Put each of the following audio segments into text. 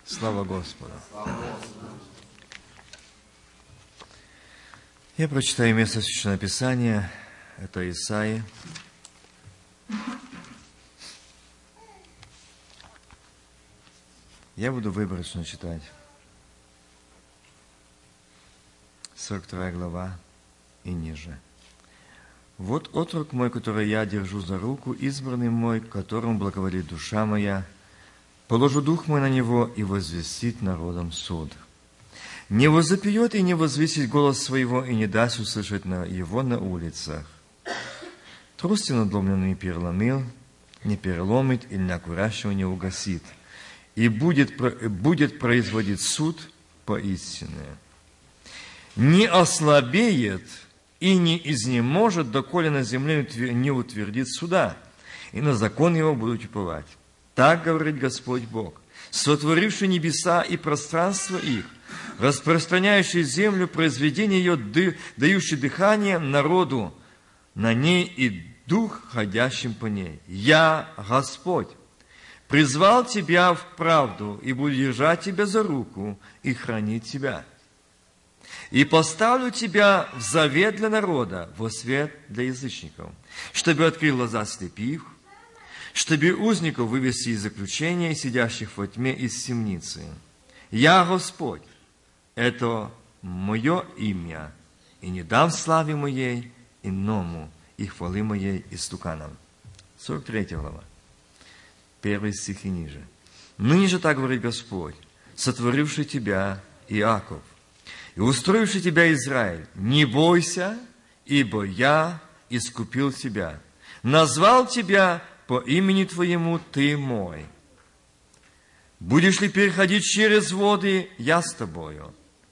Слава Господу! Я прочитаю место Священного Писания. Это Исаии. Я буду выборочно читать. 42 глава и ниже. «Вот отрок мой, который я держу за руку, избранный мой, которому благоволит душа моя, положу дух мой на него и возвестит народом суд. Не возопьет и не возвысит голос своего, и не даст услышать его на улицах. Трости надломленные не переломил, не переломит, и на курящего не угасит, и будет производить суд поистине. Не ослабеет и не изнеможет, доколе на земле не утвердит суда, и на закон его будут уповать. Так говорит Господь Бог, сотворивший небеса и пространство их, распространяющий землю, произведение ее, дающий дыхание народу на ней и дух, ходящим по ней. Я, Господь, призвал тебя в правду и буду держать тебя за руку и хранить тебя. И поставлю тебя в завет для народа, во свет для язычников, чтобы открыл глаза слепых, чтобы узников вывести из заключения и сидящих во тьме из темницы. Я, Господь, это мое имя, и не дам славе моей иному, и хвалы моей истуканам». 43 глава, 1 стих и ниже. «Ныне же так говорит Господь, сотворивший тебя, Иаков, и устроивший тебя, Израиль, не бойся, ибо я искупил тебя, назвал тебя по имени твоему, ты мой. Будешь ли переходить через воды, я с тобою.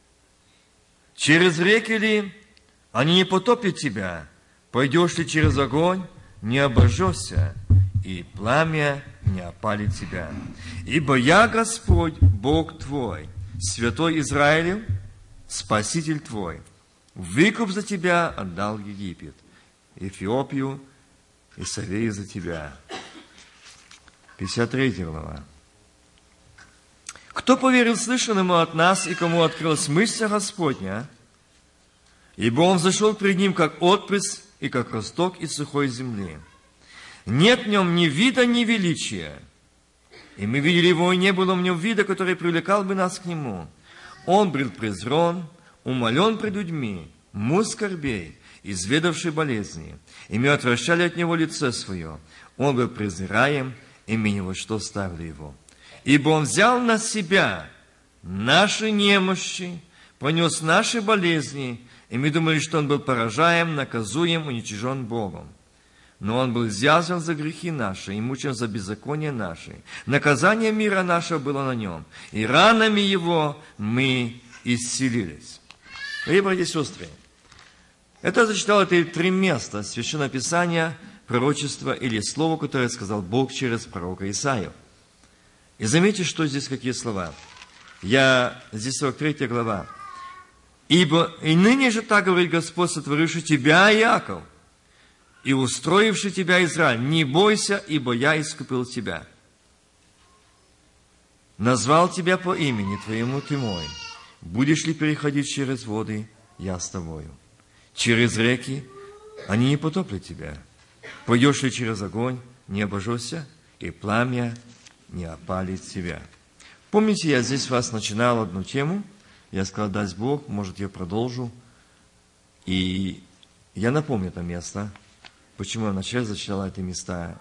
Через реки ли, они не потопят тебя. Пойдешь ли через огонь, не обожжешься, и пламя не опалит тебя. Ибо я Господь, Бог твой, святой Израилев, Спаситель твой. Выкуп за тебя отдал Египет, Эфиопию и Савею за тебя». 53 глава. «Кто поверил слышанному от нас, и кому открылась мысль Господня? Ибо он зашел пред ним, как отпрыск и как росток из сухой земли. Нет в нем ни вида, ни величия. И мы видели его, и не было в нем вида, который привлекал бы нас к нему. Он был презрен, умолен пред людьми, муж скорбей, изведавший болезни, и мы отвращали от него лице свое. Он был презираем, и мы ни во что ставили его. Ибо он взял на себя наши немощи, понес наши болезни, и мы думали, что он был поражаем, наказуем, уничижен Богом. Но он был изъязвлен за грехи наши и мучен за беззаконие наши. Наказание мира нашего было на нем, и ранами его мы исцелились». Дорогие братья и сестры, это зачитал эти 3 места Священного Писания, пророчества или слово, которое сказал Бог через пророка Исаию. И заметьте, что здесь какие слова. Здесь 43 глава. «Ибо и ныне же так говорит Господь, сотворивший тебя, Иаков, и устроивший тебя, Израиль, не бойся, ибо я искупил тебя. Назвал тебя по имени твоему, ты мой. Будешь ли переходить через воды, я с тобою. Через реки, они не потоплят тебя. Пойдешь ли через огонь, не обожжешься, и пламя не опалит тебя». Помните, я здесь вас начинал одну тему. Я сказал, даст Бог, может, я продолжу. И я напомню это место, почему я вначале зачитал эти места.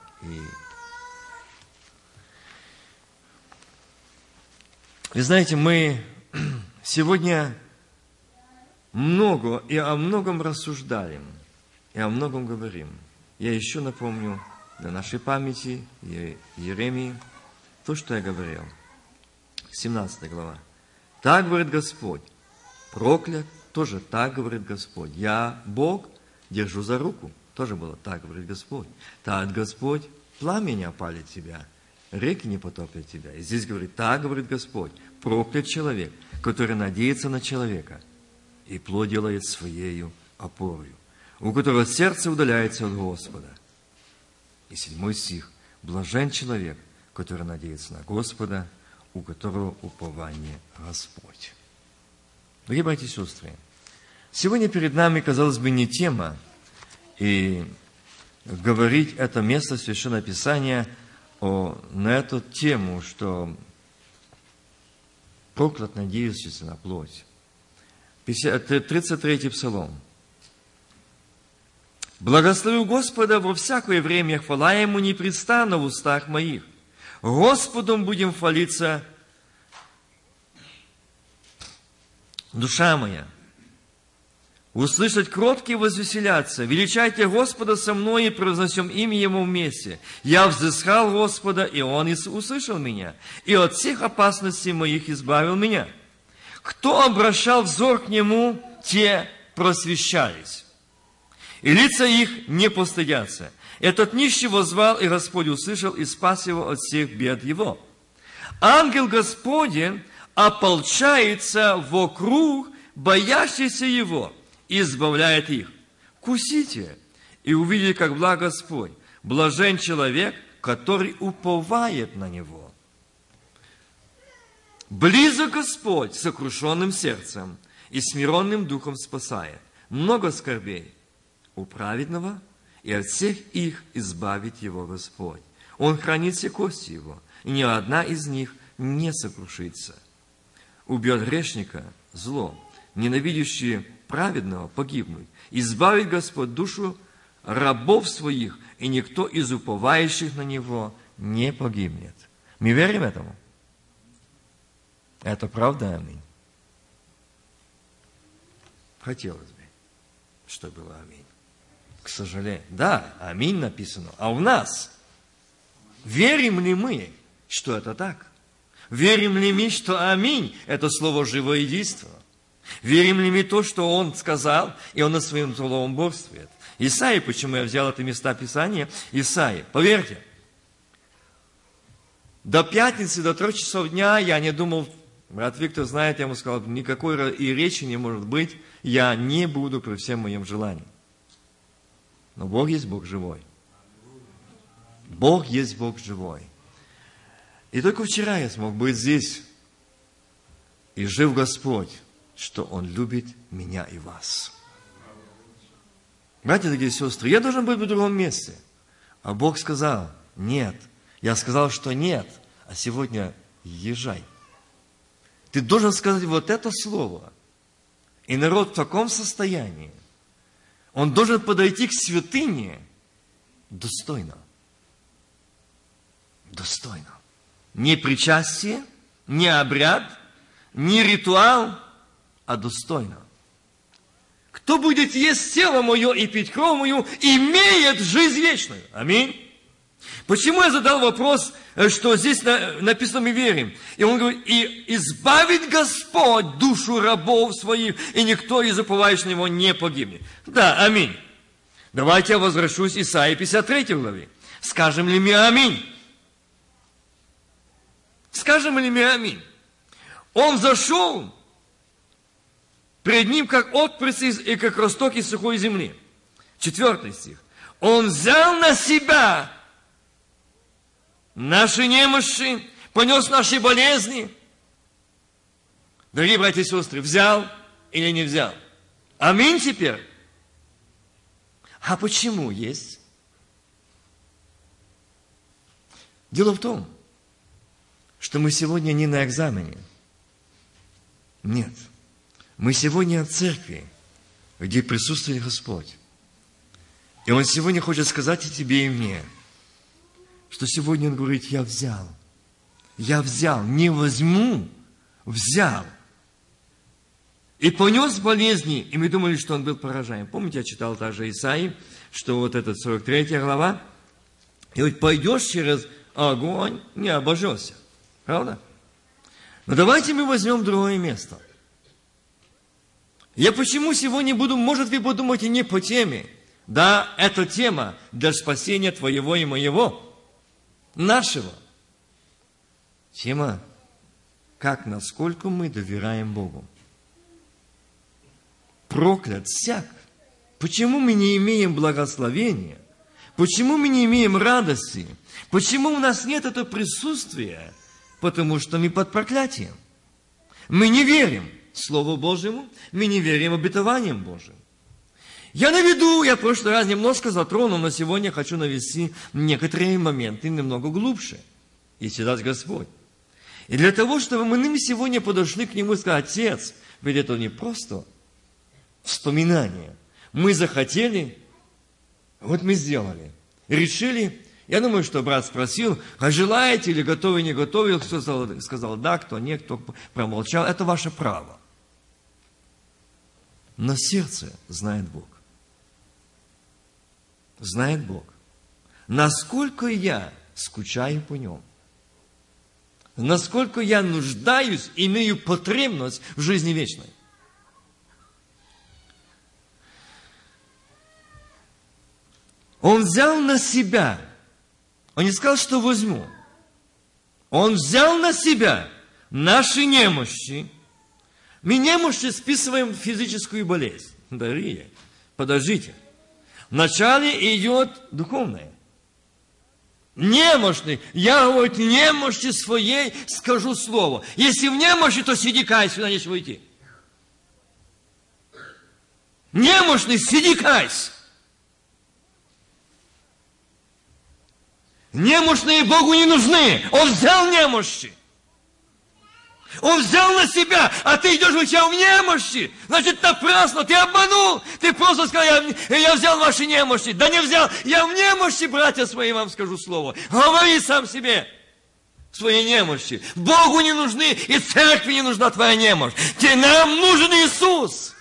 Вы знаете, мы сегодня много и о многом рассуждаем, и о многом говорим. Я еще напомню для нашей памяти Иеремии то, что я говорил. 17 глава. «Так говорит Господь, проклят, тоже так говорит Господь. Я, Бог, держу за руку». Тоже было «так говорит Господь». «Так, Господь, пламя не опалит тебя, реки не потоплят тебя». И здесь говорит «так говорит Господь, проклят человек, который надеется на человека, и плод делает своею опорою, у которого сердце удаляется от Господа». И 7 стих. «Блажен человек, который надеется на Господа, у которого упование Господь. Дорогие братья и сестры, сегодня перед нами, казалось бы, не тема, и говорить это место Священного Писания на эту тему, что проклят надеющийся на плоть. 33-й Псалом. «Благословю Господа во всякое время, хвала Ему непрестанно в устах моих. Господом будем хвалиться, душа моя. Услышать кроткие возвеселятся. Величайте Господа со мной и произносим имя Ему вместе. Я взыскал Господа, и Он услышал меня, и от всех опасностей моих избавил меня. Кто обращал взор к Нему, те просвещались, и лица их не постыдятся. Этот нищий воззвал, и Господь услышал, и спас его от всех бед его. Ангел Господень ополчается вокруг боящихся Его, и избавляет их. Вкусите и увидите, как благ Господь. Блажен человек, который уповает на Него. Близок Господь сокрушенным сердцем и смиренным духом спасает. Много скорбей у праведного, и от всех их избавит его Господь. Он хранит все кости его, и ни одна из них не сокрушится. Убьет грешника зло, ненавидящие праведного погибнуть. Избавит Господь душу рабов своих, и никто из уповающих на Него не погибнет. Мы верим этому? Это правда, аминь. Хотелось бы, чтобы было аминь. К сожалению. Да, аминь написано. А у нас? Верим ли мы, что это так? Верим ли мы, что аминь – это слово живое и действие? Верим ли мы то, что Он сказал, и Он над Своим словом борствует? Исаия, почему я взял это места Писания? Исаия, поверьте, до пятницы, до 3 часов дня я не думал, брат Виктор знает, я ему сказал, никакой и речи не может быть, я не буду при всем моем желании. Но Бог есть Бог живой. Бог есть Бог живой. И только вчера я смог быть здесь, и жив Господь, что Он любит меня и вас. Братья, дорогие сестры, я должен быть в другом месте. А Бог сказал, нет. Я сказал, что нет. А сегодня езжай. Ты должен сказать вот это слово. И народ в таком состоянии. Он должен подойти к святыне достойно. Достойно. Не причастие, не обряд, не ритуал, а достойно. Кто будет есть тело мое и пить кровь мою, имеет жизнь вечную. Аминь. Почему я задал вопрос, что здесь написано «мы верим»? И он говорит, и избавит Господь душу рабов своих, и никто из уповающих на Него не погибнет. Да, аминь. Давайте я возвращусь к Исаии 53 главе. Скажем ли мы аминь? Скажем ли мы аминь? Он зашел пред ним, как отпрыск и как росток из сухой земли. 4 стих. Он взял на себя наши немощи, понес наши болезни. Дорогие братья и сестры, взял или не взял? Аминь теперь. А почему есть? Дело в том, что мы сегодня не на экзамене. Нет. Мы сегодня в церкви, где присутствует Господь. И Он сегодня хочет сказать и тебе, и мне, что сегодня Он говорит, я взял, не возьму, взял. И понес болезни, и мы думали, что Он был поражаем. Помните, я читал также Исаии, что вот эта 43 глава, и вот пойдешь через огонь, не обожжешься. Правда? Но давайте мы возьмем другое место. Я почему сегодня буду, может, вы подумаете, не по теме. Да, это тема для спасения твоего и моего, нашего. Тема, как, насколько мы доверяем Богу. Проклят всяк. Почему мы не имеем благословения? Почему мы не имеем радости? Почему у нас нет этого присутствия Потому что мы под проклятием. Мы не верим Слову Божьему, мы не верим обетованиям Божьим. Я в прошлый раз немножко затронул, но сегодня хочу навести некоторые моменты немного глубже. Если даст Господь. И для того, чтобы мы сегодня подошли к Нему и сказали: Отец, ведь это не просто вспоминание. Мы захотели, вот мы сделали. Решили. Я думаю, что брат спросил: а желаете или готовы, не готовы? Кто сказал да, кто нет, кто промолчал. Это ваше право. Но сердце знает Бог. Знает Бог. Насколько я скучаю по Нем. Насколько я нуждаюсь, имею потребность в жизни вечной. Он взял на себя. Он не сказал, что возьму. Он взял на себя наши немощи. Мы немощи списываем в физическую болезнь. Дорогие, подождите. Вначале идет духовное. Немощный. Я, говорит, немощи своей скажу слово. Если в немощи, то сиди, кайся, сюда нечего идти. Немощный, сиди, кайся. Немощные Богу не нужны. Он взял немощи. Он взял на себя, а ты идешь у тебя в немощи. Значит, напрасно, ты обманул. Ты просто сказал: я взял ваши немощи. Да не взял. Я в немощи, братья свои, вам скажу слово. Говори сам себе свои немощи. Богу не нужны, и церкви не нужна твоя немощь. Нам нужен Иисус.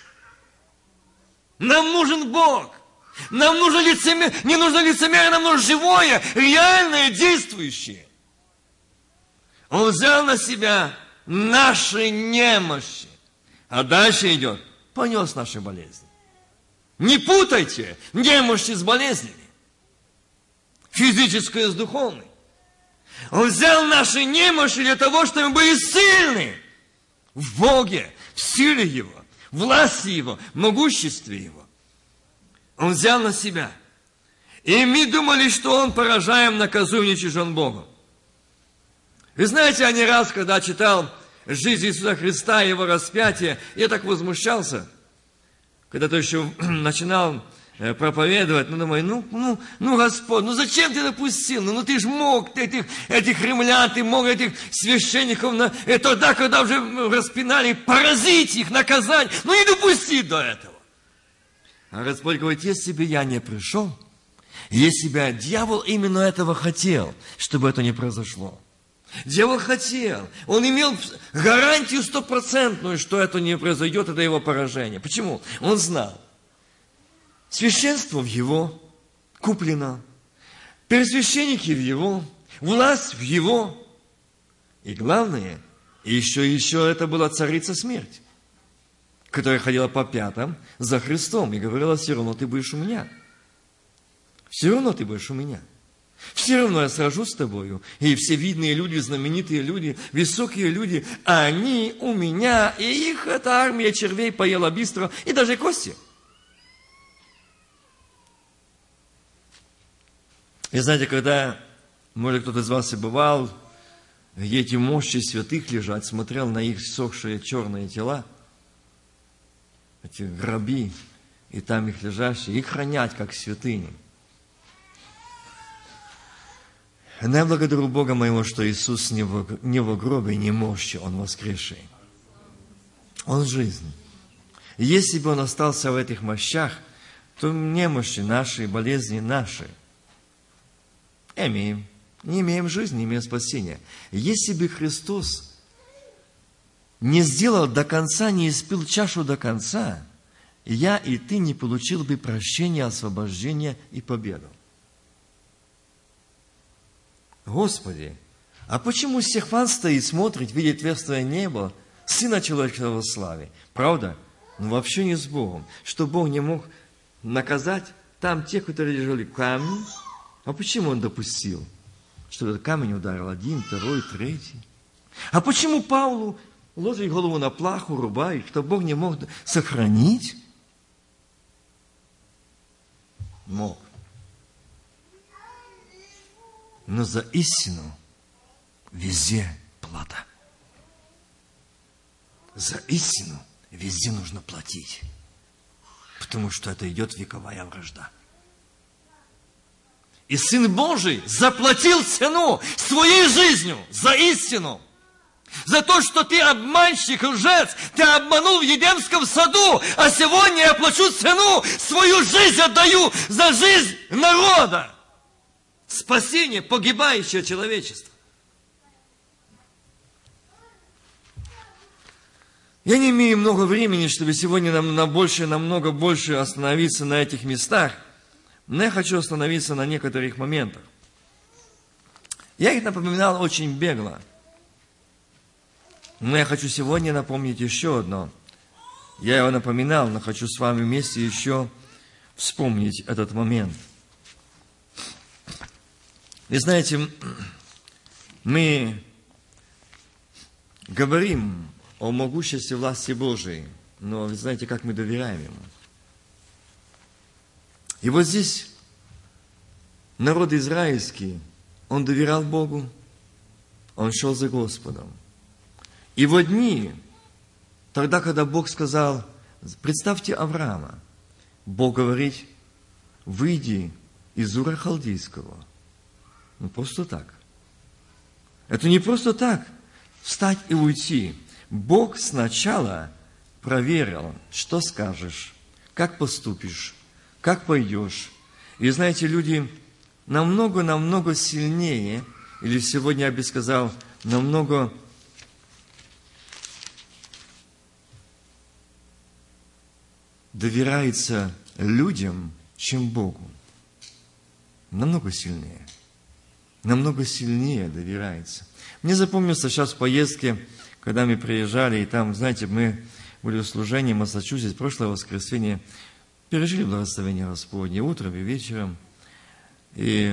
Нам нужен Бог. Нам нужно не нужно лицемерие, нам нужно живое, реальное, действующее. Он взял на себя наши немощи. А дальше идет: понес наши болезни. Не путайте немощи с болезнями. Физическое с духовной. Он взял наши немощи для того, чтобы мы были сильны в Боге, в силе Его, власти Его, могуществе Его. Он взял на себя. И мы думали, что Он поражаем, наказуем, нечижен Богом. Вы знаете, я не раз, когда читал жизнь Иисуса Христа и Его распятие, я так возмущался, когда-то еще начинал проповедовать, думаю, Господь, зачем ты допустил? Ну ты же мог этих римлян, ты мог этих священников, тогда, когда уже распинали, поразить их, наказать, не допусти до этого. А Господь говорит: если бы я не пришел, если бы дьявол именно этого хотел, чтобы это не произошло. Дьявол хотел, он имел гарантию 100%, что это не произойдет, это его поражение. Почему? Он знал. Священство в его куплено, первосвященники в его, власть в его. И главное, еще это была царица смерти, которая ходила по пятам за Христом и говорила: все равно ты будешь у меня. Все равно ты будешь у меня. Все равно я сражусь с тобою. И все видные люди, знаменитые люди, высокие люди, они у меня, и их эта армия червей поела быстро, и даже кости. И знаете, когда, может, кто-то из вас и бывал, где эти мощи святых лежат, смотрел на их сохшие черные тела, эти гроби, и там их лежащие, их хранят как святыни. Но я благодарю Бога моего, что Иисус не в гробе, не мощи, Он воскресший. Он жизнь. И если бы Он остался в этих мощах, то немощи наши, болезни наши имеем. Не имеем жизни, не имеем спасения. Если бы Христос не сделал до конца, не испил чашу до конца, я и ты не получил бы прощения, освобождения и победу. Господи, а почему Стефан стоит, смотрит, видит отверстие неба, Сына Человеческого в славе? Правда? Вообще не с Богом. Что Бог не мог наказать там тех, которые лежали камни. А почему Он допустил, что этот камень ударил один, второй, третий? А почему Павлу ложить голову на плаху, рубают, что Бог не мог сохранить? Мог. Но за истину везде плата. За истину везде нужно платить, потому что это идет вековая вражда. И Сын Божий заплатил цену своей жизнью за истину. За то, что ты обманщик, лжец, ты обманул в Едемском саду, а сегодня я плачу цену, свою жизнь отдаю за жизнь народа. Спасение погибающего человечества. Я не имею много времени, чтобы сегодня намного больше остановиться на этих местах, но я хочу остановиться на некоторых моментах. Я их напоминал очень бегло. Но я хочу сегодня напомнить еще одно. Я его напоминал, но хочу с вами вместе еще вспомнить этот момент. Вы знаете, мы говорим о могуществе власти Божией, но вы знаете, как мы доверяем Ему. И вот здесь народ израильский, он доверял Богу, он шел за Господом. И в дни, тогда, когда Бог сказал, представьте Авраама, Бог говорит, выйди из Ура Халдейского. Ну, просто так. Это не просто так, встать и уйти. Бог сначала проверил, что скажешь, как поступишь, как пойдешь. И знаете, люди намного сильнее, или сегодня я бы сказал, намного доверяется людям, чем Богу. Намного сильнее. Намного сильнее доверяется. Мне запомнился сейчас в поездке, когда мы приезжали, и там, знаете, мы были в служении в Массачусетсе, прошлое воскресенье, пережили благословение Господне утром и вечером. И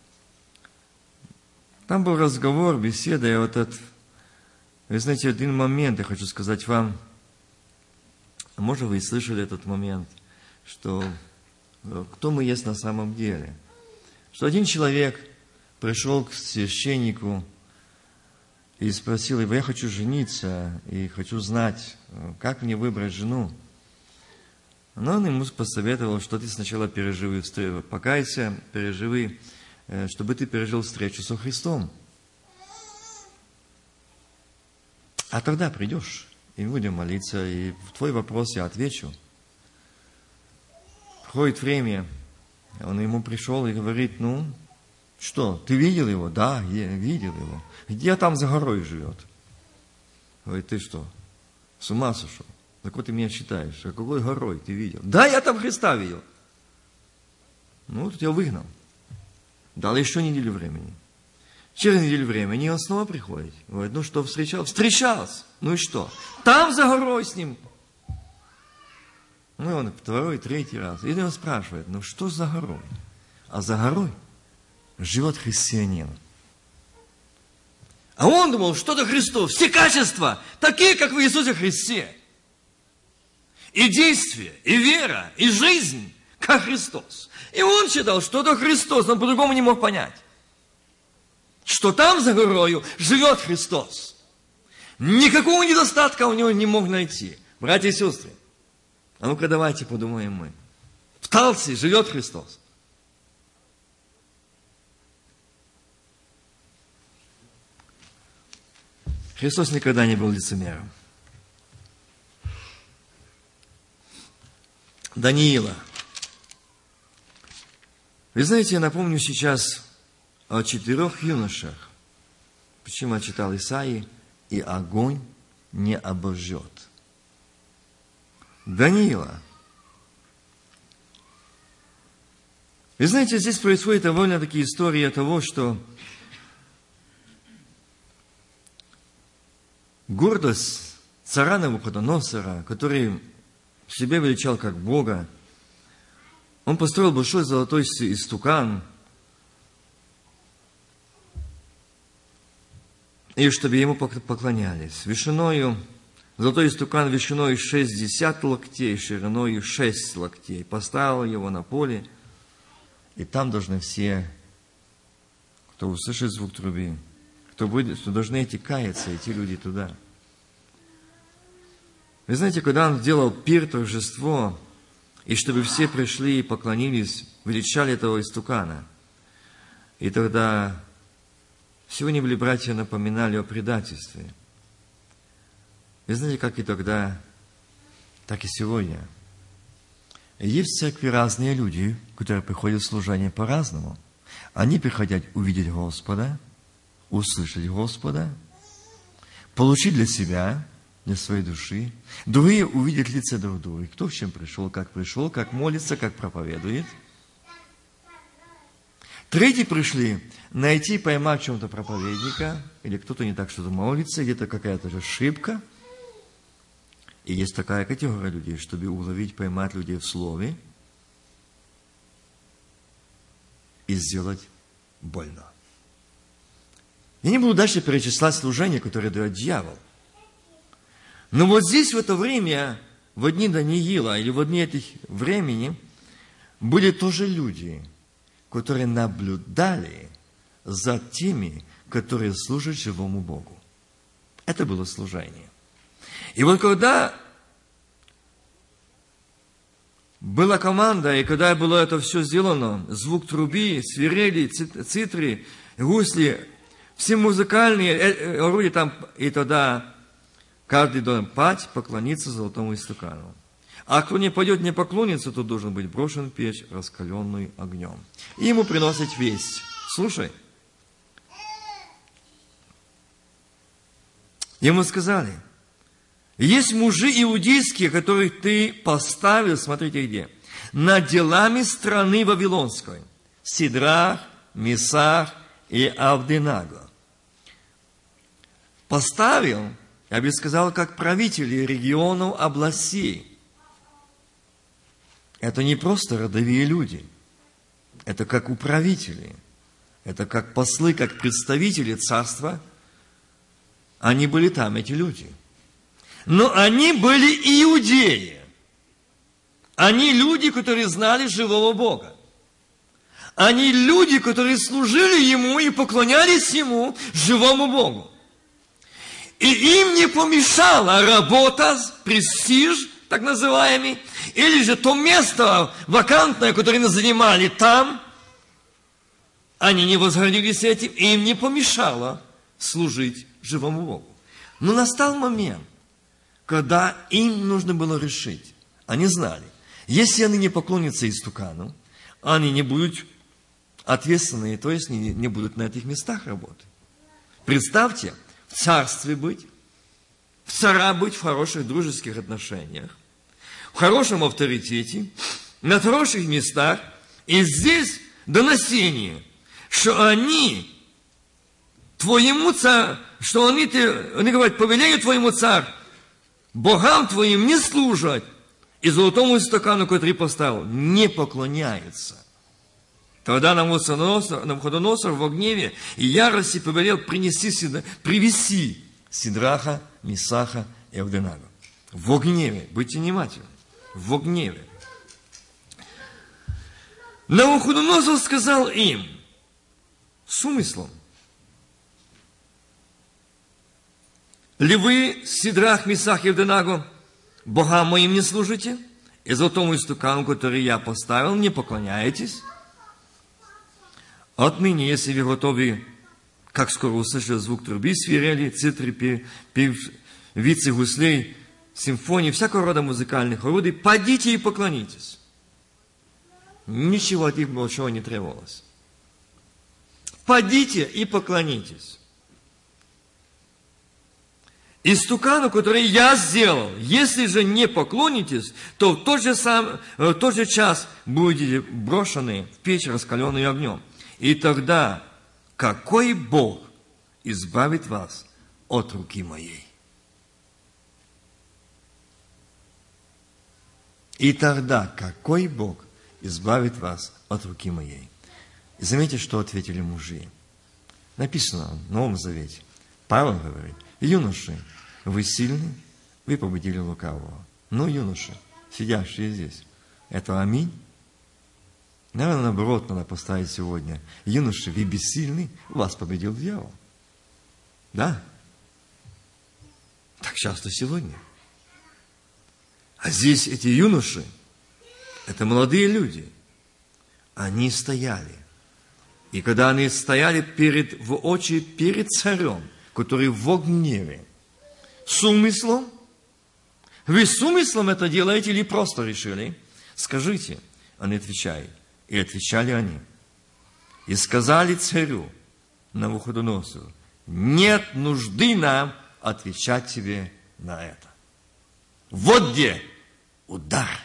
там был разговор, беседа, и вот этот, вы знаете, один момент я хочу сказать вам. Может, вы и слышали этот момент, что кто мы есть на самом деле. Что один человек пришел к священнику и спросил его, я хочу жениться и хочу знать, как мне выбрать жену. Но он ему посоветовал, что ты сначала покайся, переживи, чтобы ты пережил встречу со Христом. А тогда придешь, и мы будем молиться, и в твой вопрос я отвечу. Проходит время, он ему пришел и говорит, ну, что, ты видел его? Да, я видел его. Где там за горой живет? Говорит, ты что, с ума сошел? Так вот ты меня считаешь, а какой горой ты видел? Да, я там Христа видел. Ну, вот я выгнал. Дал еще неделю времени. Через неделю времени он снова приходит. Говорит, ну что, встречался? Встречался. Ну и что? Там за горой с ним. Ну и он второй, третий раз. И он спрашивает, ну что за горой? А за горой живет христианин. А он думал, что это Христос. Все качества такие, как в Иисусе Христе. И действие, и вера, и жизнь, как Христос. И он считал, что это Христос, он по-другому не мог понять. Что там за горою живет Христос. Никакого недостатка у него не мог найти. Братья и сестры, а ну-ка давайте подумаем мы. В Талсе живет Христос. Христос никогда не был лицемером. Даниила. Вы знаете, я напомню сейчас о 4 юношах. Почему я читал Исаии? И огонь не обожжет. Даниила. Вы знаете, здесь происходит довольно-таки история того, что гордость царя Навуходоносора, который себя величал как Бога, он построил большой золотой истукан, и чтобы ему поклонялись. Вышиною, золотой истукан вышиною 60 локтей, шириною 6 локтей. Поставил его на поле, и там должны все, кто услышит звук трубы, кто должны идти каяться, идти люди туда. Вы знаете, когда он сделал пир, торжество, и чтобы все пришли и поклонились, величали этого истукана, и тогда сегодня были братья напоминали о предательстве. Вы знаете, как и тогда, так и сегодня. Есть в церкви разные люди, которые приходят в служение по-разному. Они приходят увидеть Господа, услышать Господа, получить для себя, для своей души. Другие увидят лица друг друга. Кто в чем пришел, как молится, как проповедует. Третьи пришли найти, поймать в чем-то проповедника, или кто-то не так что-то молится, где-то какая-то ошибка. И есть такая категория людей, чтобы уловить, поймать людей в слове и сделать больно. Я не буду дальше перечислять служения, которые дает дьявол. Но вот здесь в это время, в дни Даниила, или в дни этих времени, были тоже люди, которые наблюдали за теми, которые служат живому Богу. Это было служение. И вот когда была команда, и когда было это все сделано, звук труби, свирели, цитры, гусли, все музыкальные орудия там, и тогда каждый должен пасть, поклониться золотому истукану. А кто не пойдет, не поклонится, то должен быть брошен в печь, раскаленную огнем. И ему приносят весть. Слушай. Ему сказали, есть мужи иудейские, которых ты поставил, смотрите где, над делами страны Вавилонской. Сидрах, Месах и Авденаго. Поставил, я бы сказал, как правители регионов, областей. Это не просто родовые люди. Это как управители. Это как послы, как представители царства. Они были там, эти люди. Но они были иудеи. Они люди, которые знали живого Бога. Они люди, которые служили Ему и поклонялись Ему, живому Богу. И им не помешала работа, престиж, так называемый, или же то место вакантное, которое они занимали там, они не возгордились этим, и им не помешало служить живому Богу. Но настал момент, когда им нужно было решить. Они знали, если они не поклонятся истукану, они не будут ответственные, то есть не будут на этих местах работать. Представьте, в царстве быть, в царя быть в хороших дружеских отношениях, в хорошем авторитете, на хороших местах, и здесь доносение, что они твоему царю, что они говорят, повелею твоему царю, богам твоим не служат, и золотому истукану, который поставил, не поклоняются. Тогда Навуходоносор в гневе и ярости повелел привести Сидраха, Месаха и Авденаго. В гневе, будьте внимательны, в гневе. Навуходоносор сказал им с умыслом: ли вы, Сидрах, Месах и Авденаго, богам моим не служите, и золотому истукану, который я поставил, не поклоняетесь? Отныне, если вы готовы, как скоро услышали звук трубы, свирели, цитры, певицы, гуслей, симфонии, всякого рода музыкальных орудий, подите и поклонитесь. Ничего от них большого не требовалось. Подите и поклонитесь. Истукану, который я сделал, если же не поклонитесь, то в тот же час будете брошены в печь, раскаленную огнем. И тогда какой Бог избавит вас от руки моей? И тогда какой Бог избавит вас от руки моей? И заметьте, что ответили мужи. Написано в Новом Завете. Павел говорит: юноши, вы сильны, вы победили лукавого. Ну, юноши, сидящие здесь, это аминь? Наверное, наоборот, надо поставить сегодня. Юноши, вы бессильны, вас победил дьявол. Да? Так часто сегодня. А здесь эти юноши, это молодые люди, они стояли. И когда они стояли в очи перед царем, который в гневе, с умыслом, вы с умыслом это делаете или просто решили? Скажите. Они отвечают. И отвечали они. И сказали царю Навуходоносору: нет нужды нам отвечать тебе на это. Вот где удар.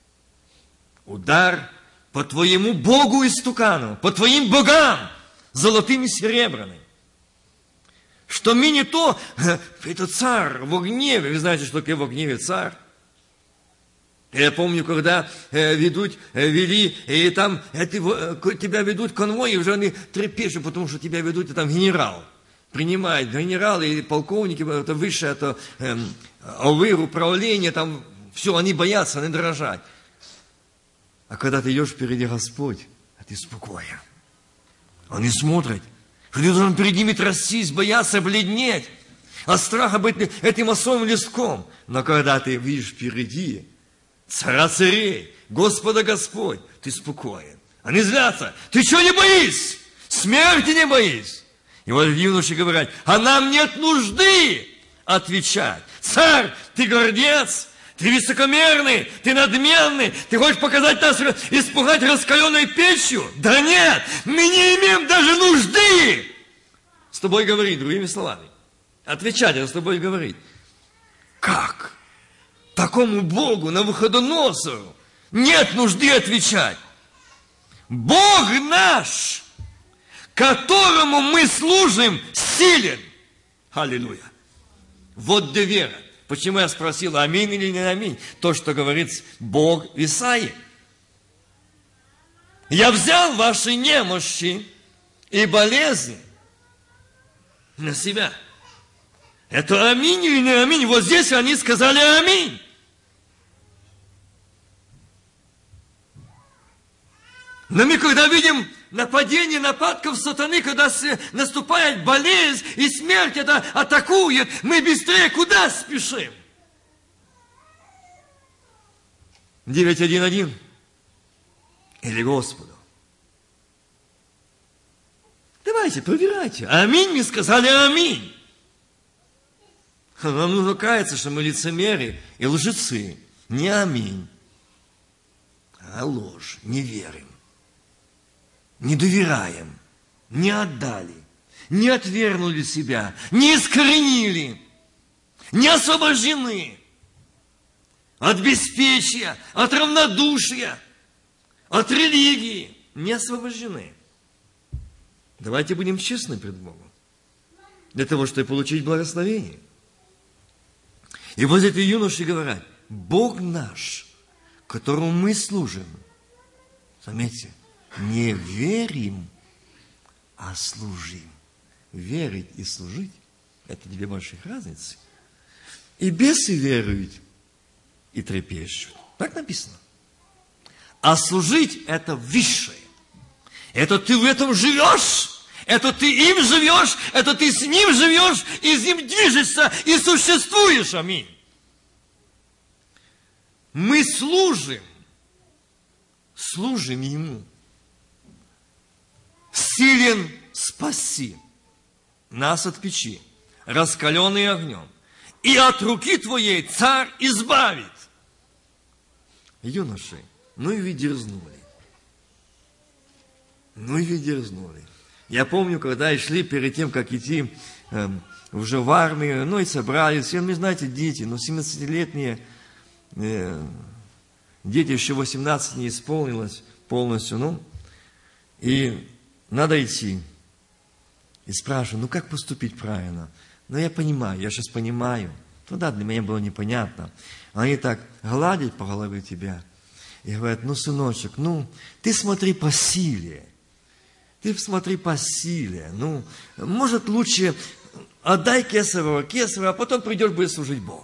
Удар по твоему Богу истукану, по твоим богам, золотым и серебряным. Что мы не то, это царь в гневе. Вы знаете, что такое в гневе царь? Я помню, когда вели, и там тебя ведут конвой, и уже они трепещут, потому что тебя ведут, и там генерал. Принимает генералы и полковники, это высшее, это ОВР, управление, там все, они боятся, они дрожат. А когда ты идешь впереди Господь, а ты спокоен. Они смотрят, что ты должен перед ними трястись, бояться, бледнеть, от страха быть этим особым листком. Но когда ты видишь впереди царя царей, Господа Господь, ты спокоен. Они злятся. Ты что не боишься? Смерти не боишься? И вот юноши говорят: а нам нет нужды отвечать. Царь, ты гордец, ты высокомерный, ты надменный, ты хочешь показать нас, испугать раскаленной печью? Да нет, мы не имеем даже нужды с тобой говорить, другими словами. Отвечать, а с тобой говорить. Как? Такому Богу, Навуходоносору, нет нужды отвечать. Бог наш, которому мы служим, силен. Аллилуйя. Вот где вера. Почему я спросил, аминь или не аминь? То, что говорит Бог Исаии. Я взял ваши немощи и болезни на себя. Это аминь или не аминь? Вот здесь они сказали аминь. Но мы когда видим нападение, нападков сатаны, когда наступает болезнь и смерть это атакует, мы быстрее куда спешим? 911 или Господу? Давайте, проверяйте. Аминь, мы сказали аминь. Нам нужно каяться, что мы лицемеры и лжецы. Не аминь, а ложь, не верим. Не доверяем, не отдали, не отвергнули себя, не искоренили, не освобождены от беспечия, от равнодушия, от религии, не освобождены. Давайте будем честны пред Богом, для того, чтобы получить благословение. И вот эти юноши говорят: Бог наш, которому мы служим, заметьте, не верим, а служим. Верить и служить – это две больших разницы. И бесы веруют, и трепещут. Так написано. А служить – это высшее. Это ты в этом живешь, это ты им живешь, это ты с ним живешь, и с ним движешься, и существуешь. Аминь. Мы служим Ему. Силен спаси нас от печи, раскаленный огнем, и от руки твоей царь избавит. Юноши, ну и вы дерзнули. Я помню, когда шли перед тем, как идти уже в армию, ну и собрались, и, знаете, дети, 17-летние, дети еще 18 не исполнилось полностью, и надо идти. И спрашиваю, как поступить правильно? Я понимаю, я сейчас понимаю. Тогда для меня было непонятно. Они так гладят по голове тебя и говорят: сыночек, ты смотри по силе. Может, лучше отдай кесарево, а потом придешь, будешь служить Богу.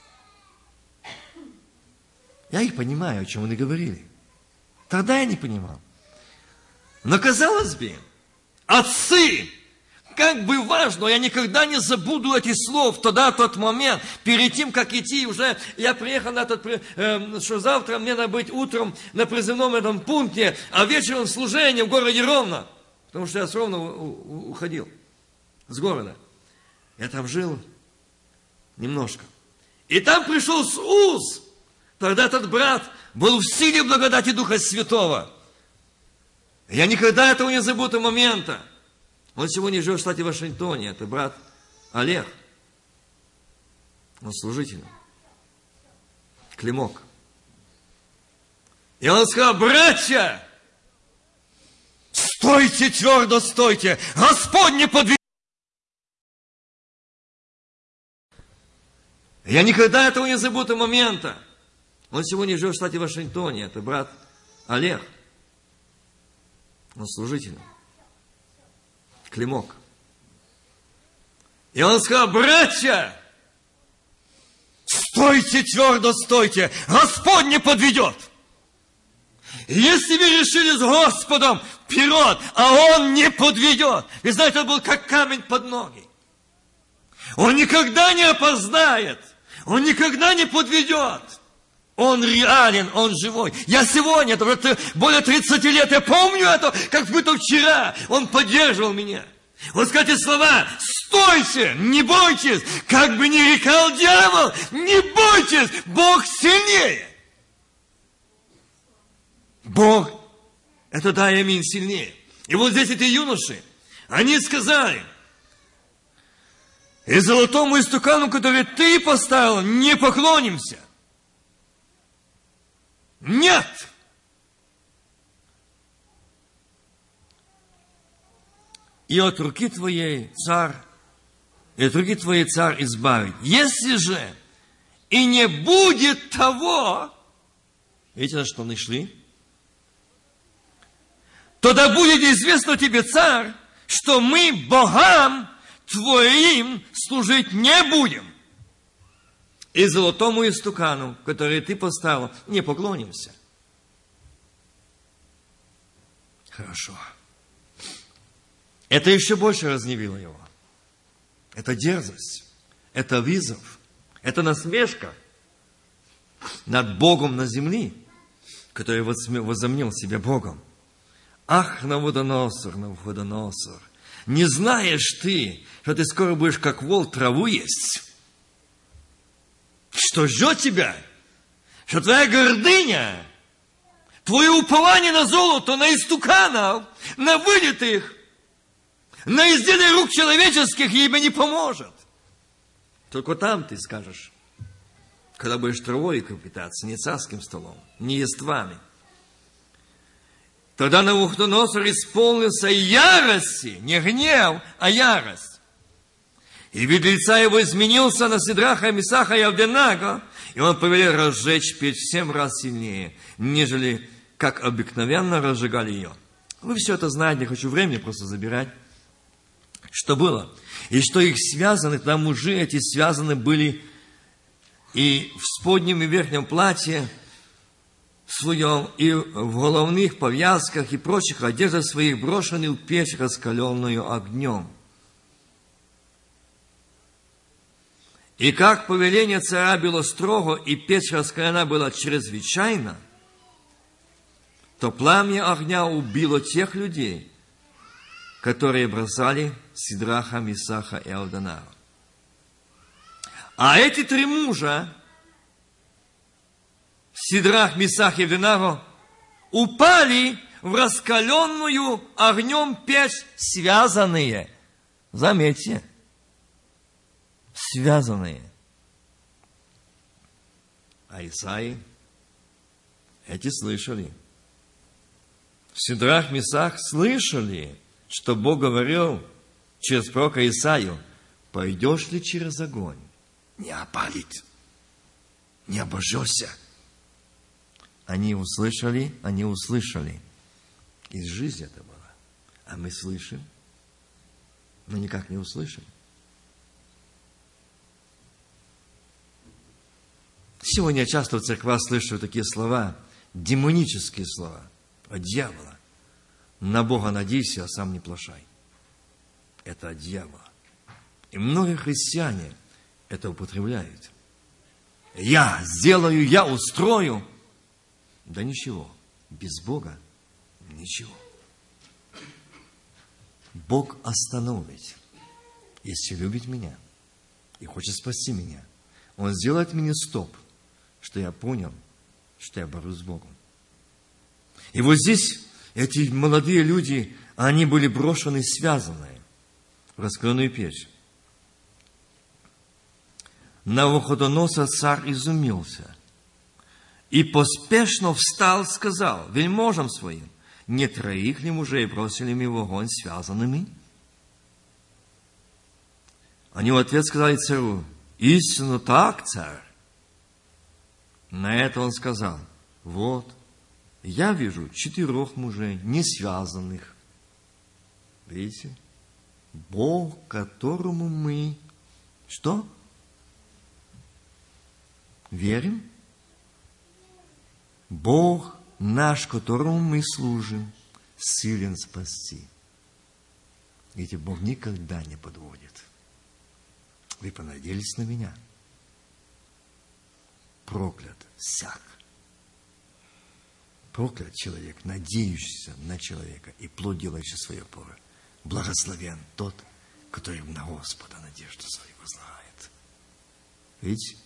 Я их понимаю, о чем они говорили. Тогда я не понимал. Но, казалось бы, отцы как бы важно, я никогда не забуду этих слов тогда, тот момент, перед тем, как идти уже, я приехал на этот, что завтра мне надо быть утром на призывном этом пункте, а вечером служение в городе Ровно, потому что я с Ровно уходил, с города. Я там жил немножко. И там пришел с уз, тогда этот брат был в силе благодати Духа Святого. Я никогда этого не забуду момента. Он сегодня живет в штате Вашингтоне. Это брат Олег. Он служитель. Климок. И он сказал: братья, стойте, твердо стойте. Господь не подведет. Я никогда этого не забуду момента. Он сегодня живет в штате Вашингтоне. Это брат Олег. Он служитель. Климок. И он сказал: братья, стойте, твердо стойте. Господь не подведет. Если вы решили с Господом вперед, а Он не подведет. Вы знаете, это был как камень под ноги. Он никогда не опоздает. Он никогда не подведет. Он реален, Он живой. Я сегодня, это более 30 лет, я помню это, как будто вчера. Он поддерживал меня. Вот сказать эти слова: стойте, не бойтесь, как бы ни рекал дьявол, не бойтесь, Бог сильнее. Бог, это да, аминь, сильнее. И вот здесь эти юноши, они сказали: и золотому истукану, который ты поставил, не поклонимся. Нет! И от руки твоей царь, и от руки твоей царь избавит. Если же и не будет того, видите, на что они шли? Тогда будет известно тебе, царь, что мы богам твоим служить не будем. И золотому истукану, который ты поставил, не поклонимся. Хорошо. Это еще больше разгневило его. Это дерзость, это вызов, это насмешка над Богом на земле, который возомнил себя Богом. Ах, Навуходоносор, Навуходоносор, не знаешь ты, что ты скоро будешь как вол траву есть? Что ждет тебя? Что твоя гордыня, твое упование на золото, на истуканов, на вылитых, на изделия рук человеческих ибо не поможет. Только там ты скажешь, когда будешь травой питаться, не царским столом, не ествами. Тогда Навуходоносор исполнился ярости, не гнев, а ярость. И вид лица его изменился на Сидраха, Мисаха и Авденаго, и он повелел разжечь печь в 7 раз сильнее, нежели как обыкновенно разжигали ее. Вы все это знаете, не хочу времени просто забирать. Что было? И что их связаны, тогда мужи эти связаны были и в споднем и верхнем платье своем, и в головных повязках и прочих одеждах своих брошены в печь, раскаленную огнем. И как повеление царя было строго, и печь раскалена была чрезвычайно, то пламя огня убило тех людей, которые бросали Сидраха, Мисаха и Авденаго. А эти 3 мужа, Сидрах, Мисах и Авденаго, упали в раскаленную огнем печь, связанные. Заметьте, связанные. А Исаи эти слышали. Сидрах, Мисах слышали, что Бог говорил через пророка Исаию: пойдешь ли через огонь, не опалит, не обожжешься. Они услышали. Из жизни это было. А мы слышим, но никак не услышим. Сегодня я часто в церквах слышу такие слова, демонические слова от дьявола. На Бога надейся, а сам не плашай. это от дьявола. И многие христиане это употребляют. Я сделаю, я устрою. Да ничего. Без Бога ничего. Бог остановит, если любит меня и хочет спасти меня. Он сделает мне стоп, что я понял, что я борюсь с Богом. И вот здесь эти молодые люди, они были брошены, связанные в раскаленную печь. Навуходоносор царь изумился и поспешно встал, сказал вельможам своим: не троих ли мужей бросили мы в огонь связанными? Они в ответ сказали царю: истинно так, царь. На это он сказал: вот, я вижу 4 мужей, не связанных. Видите? Бог, которому мы что? Верим? Бог наш, которому мы служим, силен спасти. Видите, Бог никогда не подводит. Вы понадеялись на меня? Проклят всяк. Проклят человек, надеющийся на человека и плод делающий свое поры. Благословен тот, который на Господа надежду свою возлагает. Видите?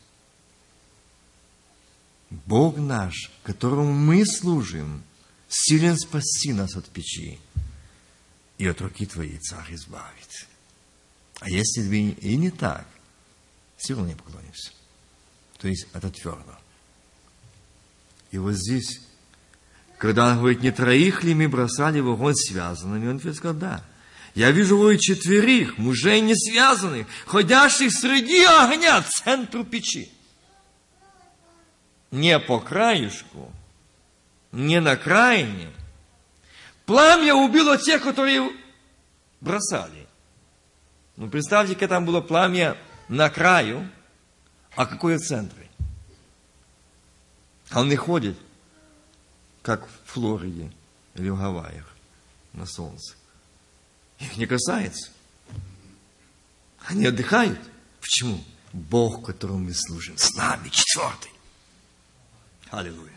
Бог наш, которому мы служим, силен спасти нас от печи и от руки твоей, царь, избавить. А если бы и не так, все равно не поклонимся. То есть это твердо. И вот здесь, когда он говорит, не троих ли мы бросали в огонь связанными, он сказал, да. Я вижу вы 4 мужей не связанных, ходящих среди огня, центру печи. Не по краешку, не на крайне. Пламя убило тех, которые бросали. Ну, представьте, там было пламя на краю, а какое в центре? Он не ходит, как в Флориде или в Гавайях на солнце. Их не касается. Они отдыхают. Почему? Бог, которому мы служим, с нами, 4-й. Аллилуйя.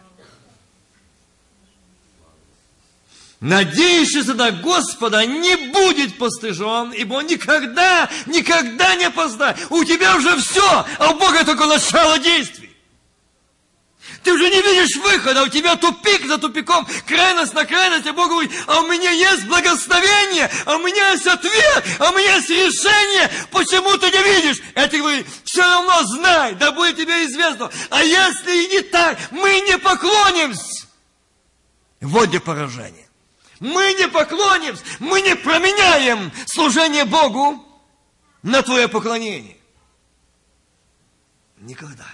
Надеющийся на Господа не будет постыжен, ибо он никогда не опоздает. У тебя уже все, а у Бога только начало действий. Ты уже не видишь выхода, у тебя тупик за тупиком, крайность на крайность, а Бог говорит, а у меня есть благословение, а у меня есть ответ, а у меня есть решение, почему ты не видишь? Это говорит, все равно знай, да будет тебе известно. А если и не так, мы не поклонимся. Вот где поражение. Мы не поклонимся, мы не променяем служение Богу на твое поклонение. Никогда.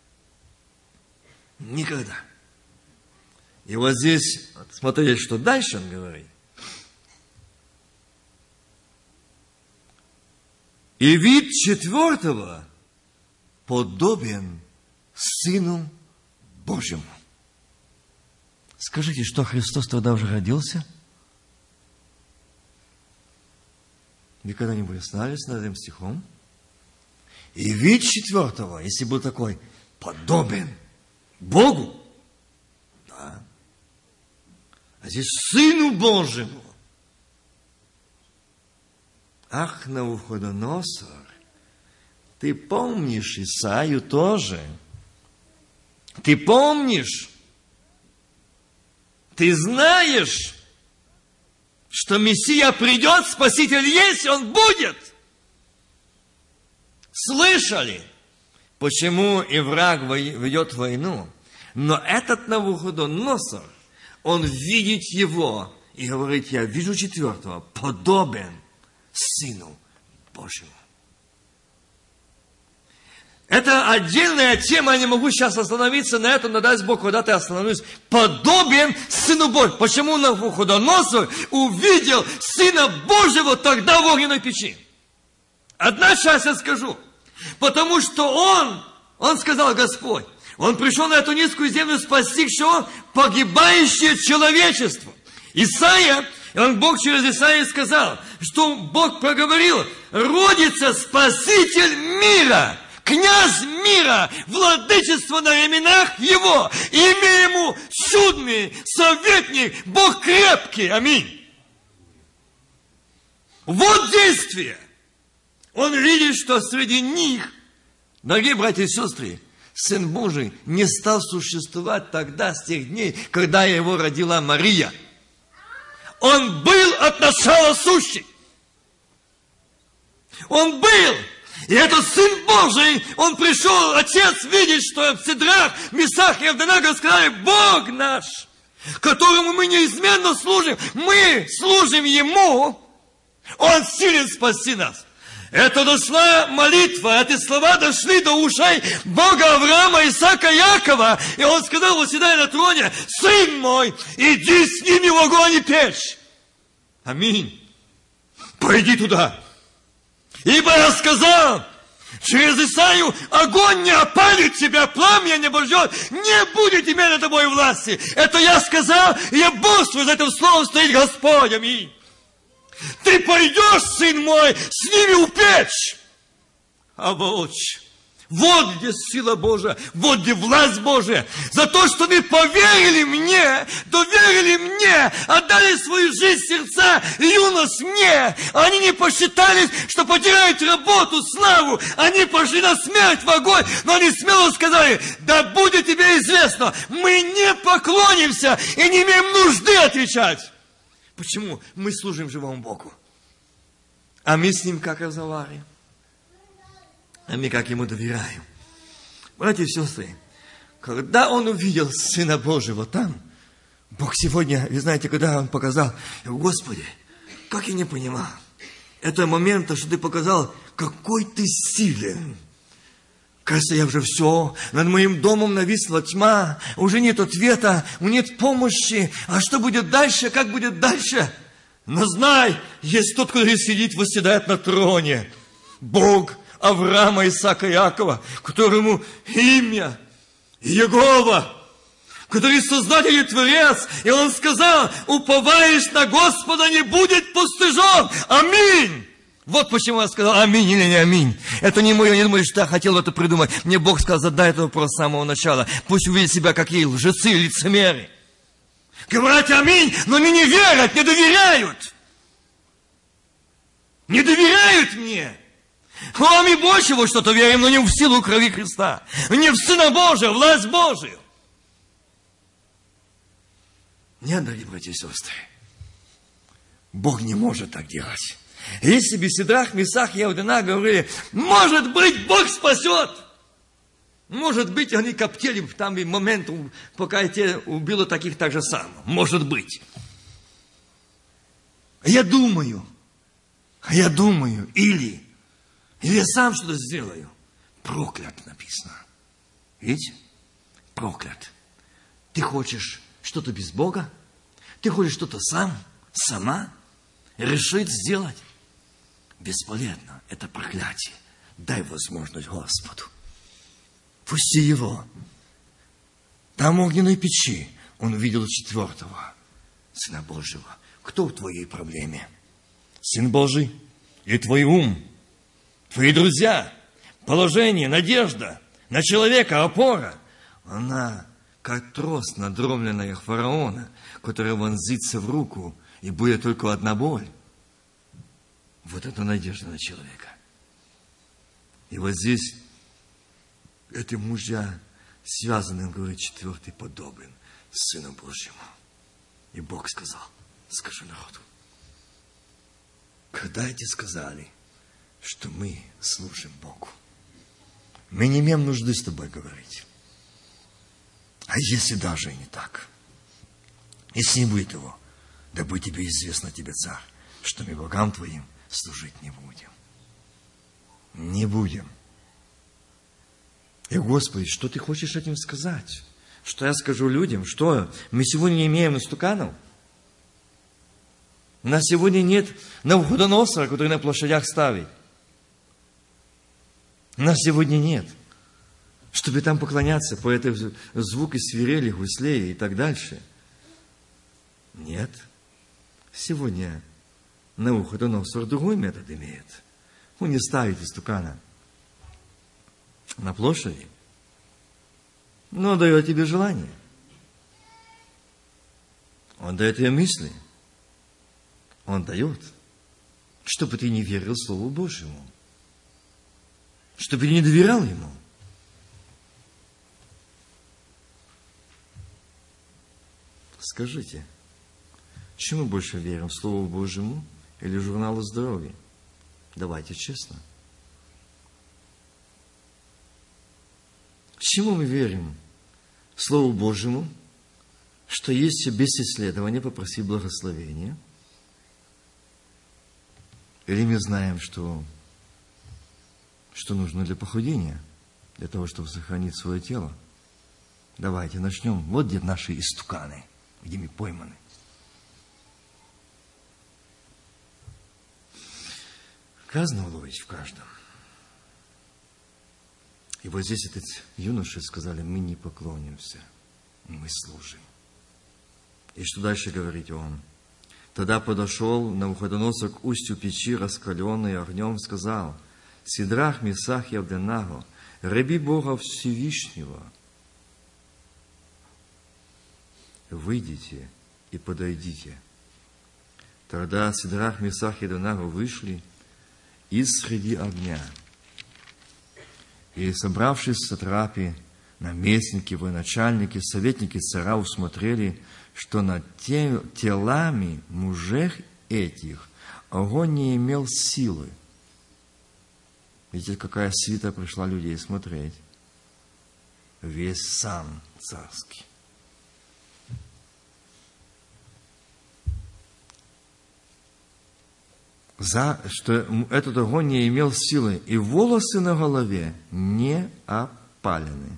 Никогда. И вот здесь, смотрите, что дальше он говорит. И вид 4-го подобен Сыну Божьему. Скажите, что Христос тогда уже родился? Вы когда-нибудь остановились над этим стихом? И вид 4-го, если был такой, подобен Богу, да. А здесь Сыну Божьему. Ах, Навуходоносор, ты помнишь Исаию тоже? Ты помнишь? Ты знаешь, что Мессия придет, Спаситель есть, Он будет. Слышали? Почему и враг ведет войну? Но этот Навуходоносор, он видит его и говорит, я вижу 4-го, подобен Сыну Божьему. Это отдельная тема, я не могу сейчас остановиться на этом, но даст Бог, когда ты остановишься. Подобен Сыну Божьему. Почему Навуходоносор увидел Сына Божьего тогда в огненной печи? Одна часть я скажу. Потому что он сказал, Господь, Он пришел на эту низкую землю спасти, что он погибающее человечество. Исайя И Бог через Исаию сказал, что Бог проговорил: родится Спаситель мира, князь мира, владычество на ременах его, имя ему чудный, советник, Бог крепкий. Аминь. Вот действие. Он видит, что среди них, дорогие братья и сестры, Сын Божий не стал существовать тогда, с тех дней, когда его родила Мария. Он был от начала сущий. Он был. И этот Сын Божий, он пришел, Отец видит, что в Сидрах, Месах и Авденаго сказали: Бог наш, которому мы неизменно служим, мы служим Ему, Он силен спасти нас. Это дошла молитва, эти слова дошли до ушей Бога Авраама, Исаака, Якова. И он сказал, восседая на троне: Сын мой, иди с ними в огонь и печь. Аминь. Пойди туда. Ибо я сказал через Исаию: огонь не опалит тебя, пламя не обожжет, не будет иметь над тобой власти. Это я сказал, и я бодствую, за этим словом стоит Господь. Аминь. Ты пойдешь, сын мой, с ними в печь. Авоч. Вот где сила Божия, вот где власть Божия. За то, что они поверили мне, доверили мне, отдали свою жизнь, сердца, юность мне. Они не посчитались, что потеряют работу, славу. Они пошли на смерть, в огонь, но они смело сказали: да будет тебе известно, мы не поклонимся и не имеем нужды отвечать. Почему? Мы служим живому Богу. А мы с Ним как разговариваем. А мы как Ему доверяем. Братья и сестры, когда Он увидел Сына Божьего там, Бог сегодня, вы знаете, когда Он показал: Господи, как я не понимал. Это момент, что Ты показал, какой Ты силен. Кажется, я уже все, над моим домом нависла тьма, уже нет ответа, нет помощи. А что будет дальше, как будет дальше? Но знай, есть тот, который сидит, восседает на троне. Бог Авраама, Исаака, Якова, которому имя Иегова, который Создатель и Творец. И Он сказал: уповаешь на Господа, не будет пустыжом. Аминь. Вот почему я сказал аминь или не аминь. Это не мое, не думаю, что я хотел это придумать. Мне Бог сказал: задай этот вопрос с самого начала. Пусть увидят себя, какие лжецы, лицемеры. Говорят аминь, но они не верят, не доверяют. Не доверяют мне. А мы больше во что-то верим, но не в силу крови Христа. Не в Сына Божия, власть Божию. Нет, дорогие братья и сестры. Бог не может так делать. Если бы Сидрах, Месах и Авденаго говорили: может быть, Бог спасет. Может быть, они коптели там и момент, пока те убило таких так же само. Может быть. Я думаю, или я сам что-то сделаю. Проклят написано. Видите? Проклят. Ты хочешь что-то без Бога? Ты хочешь что-то сама решить сделать? Бесполезно. Это проклятие. Дай возможность Господу. Пусти его. Там в огненной печи он увидел 4-го Сына Божьего. Кто в твоей проблеме? Сын Божий и твой ум, твои друзья, положение, надежда на человека, опора. Она как трос, надломленная фараона, который вонзится в руку, и будет только одна боль. Вот это надежда на человека. И вот здесь эти мужья связаны, он говорит, 4-й подобен Сыну Божьему. И Бог сказал: скажи народу. Когда эти сказали, что мы служим Богу, мы не имеем нужды с тобой говорить. А если даже и не так, если не будет его, да будет тебе известно, тебе, царь, что мы богам твоим служить не будем. Не будем. И, Господи, что ты хочешь этим сказать? Что я скажу людям? Что, мы сегодня не имеем истуканов? У нас сегодня нет Навуходоносора, который на площадях ставит. У нас сегодня нет. Чтобы там поклоняться по этой звуку свирели, гуслей и так дальше. Нет. Сегодня Навуходоносор другой метод имеет. Он не ставит истукана на площади, но дает тебе желание. Он дает тебе мысли. Он дает, чтобы ты не верил Слову Божьему, чтобы ты не доверял Ему. Скажите, чему больше верим, Слову Божьему или журналу здоровья? Давайте честно. Чему мы верим? Слову Божьему, что есть без исследования, попроси благословения? Или мы знаем, что нужно для похудения, для того, чтобы сохранить свое тело? Давайте начнем. Вот где наши истуканы, где мы пойманы. Казна уловить в каждом. И вот здесь этот юноши сказали, мы не поклонимся, мы служим. И что дальше говорит он? Тогда подошел Навуходоносор к устью печи, раскаленной огнем, сказал: Сидрах, Месах и Авденаго, раби Бога Всевышнего, выйдите и подойдите. Тогда Сидрах, Месах и Авденаго вышли из среди огня. И, собравшись сатрапи, наместники, военачальники, советники царя усмотрели, что над телами мужей этих огонь не имел силы. Видите, какая свита пришла людей смотреть. Весь сан царский. Что этот огонь не имел силы, и волосы на голове не опалены.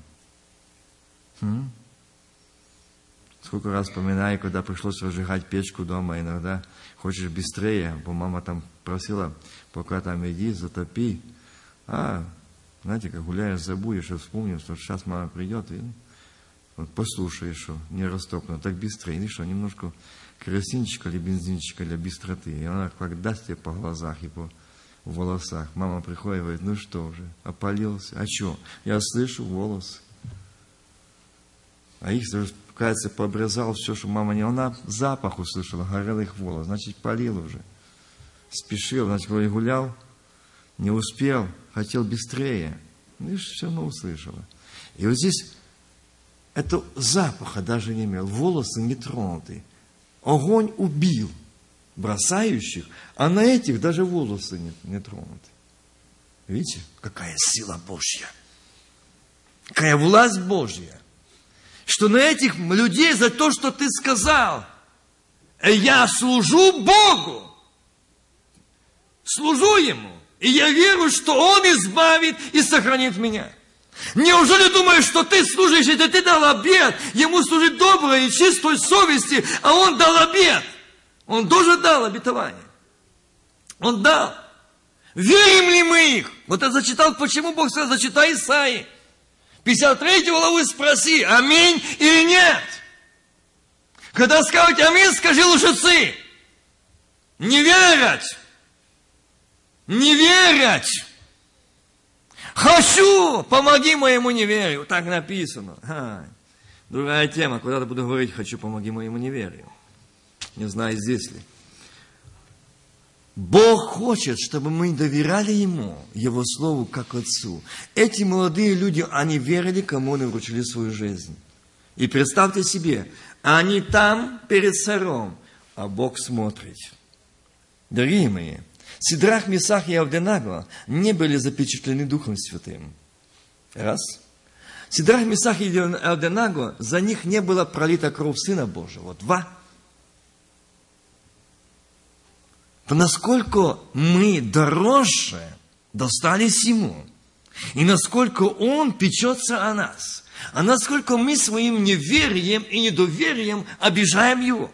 Сколько раз вспоминаю, когда пришлось разжигать печку дома, иногда хочешь быстрее, бо мама там просила, пока там иди, затопи. Знаете, как гуляешь, забудешь, и вспомнишь, что сейчас мама придет, и вот послушаешь, что не растопно, так быстрее, и что, немножко керосинчика или бензинчика для быстроты. И она как даст тебе по глазах и по волосах. Мама приходит и говорит, ну что же, опалился? А что? Я слышу волосы. А их, кажется, пообрезал все, что мама не... Она запах услышала, горел их волос. Значит, палил уже. Спешил, значит, вроде гулял, не успел, хотел быстрее. И все равно услышала. И вот здесь это запаха даже не имел. Волосы не тронуты. Огонь убил бросающих, а на этих даже волосы не тронуты. Видите, какая сила Божья, какая власть Божья, что на этих людей за то, что ты сказал, я служу Богу, служу Ему, и я верю, что Он избавит и сохранит меня. Неужели думаешь, что ты служишь, это ты дал обет, ему служить доброй и чистой совести, а он дал обет. Он тоже дал обетование. Он дал. Верим ли мы их? Вот я зачитал, почему Бог сказал, зачитай Исаии. 53 главу спроси, аминь или нет. Когда скажете аминь, скажи лжецы. Не верять. Не верять. Хочу, помоги моему неверию. Так написано. Другая тема. Куда-то буду говорить, хочу, помоги моему неверию. Не знаю, здесь ли. Бог хочет, чтобы мы доверяли Ему, Его Слову, как Отцу. Эти молодые люди, они верили, кому они вручили свою жизнь. И представьте себе, они там перед царем, а Бог смотрит. Дорогие мои, Сидрах, Месах и Авденаго не были запечатлены Духом Святым. Раз. Сидрах, Месах и Авденаго, за них не была пролита кровь Сына Божьего. Два. Насколько мы дороже достались Ему, и насколько Он печется о нас, а насколько мы своим неверием и недоверием обижаем Его.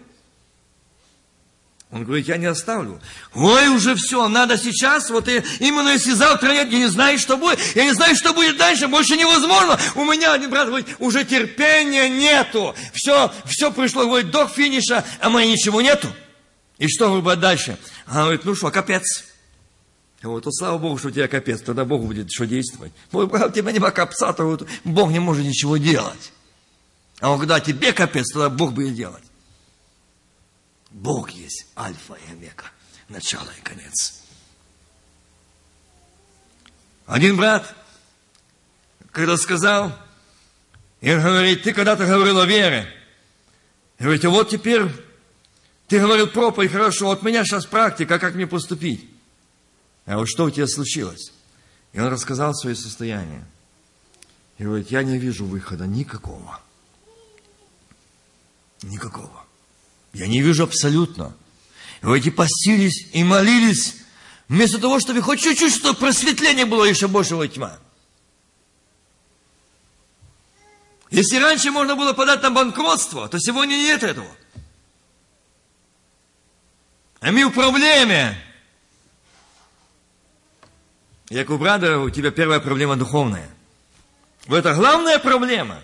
Он говорит, я не оставлю. Ой, уже все, надо сейчас, вот именно если завтра нет, я не знаю, что будет. Я не знаю, что будет дальше, больше невозможно. У меня один брат говорит, уже терпения нету. Все пришло, говорит, до финиша, а моего ничего нету. И что говорит дальше? Она говорит, ну что, капец. Вот, то слава Богу, что у тебя капец, тогда Бог будет что действовать. У тебя нема капца, то вот Бог не может ничего делать. А вот когда тебе капец, тогда Бог будет делать. Бог есть альфа и омега, начало и конец. Один брат, когда сказал, и он говорит, ты когда-то говорил о вере. Говорит, а вот теперь ты говорил проповедь, хорошо, вот у меня сейчас практика, как мне поступить? А вот что у тебя случилось? И он рассказал свое состояние. И говорит, я не вижу выхода никакого. Никакого. Я не вижу абсолютно. И вы эти постились и молились, вместо того, чтобы хоть чуть-чуть, чтобы просветление было, еще большего тьма. Если раньше можно было подать на банкротство, то сегодня нет этого. А мы в проблеме. Як у брата, у тебя первая проблема духовная. Вот это главная проблема.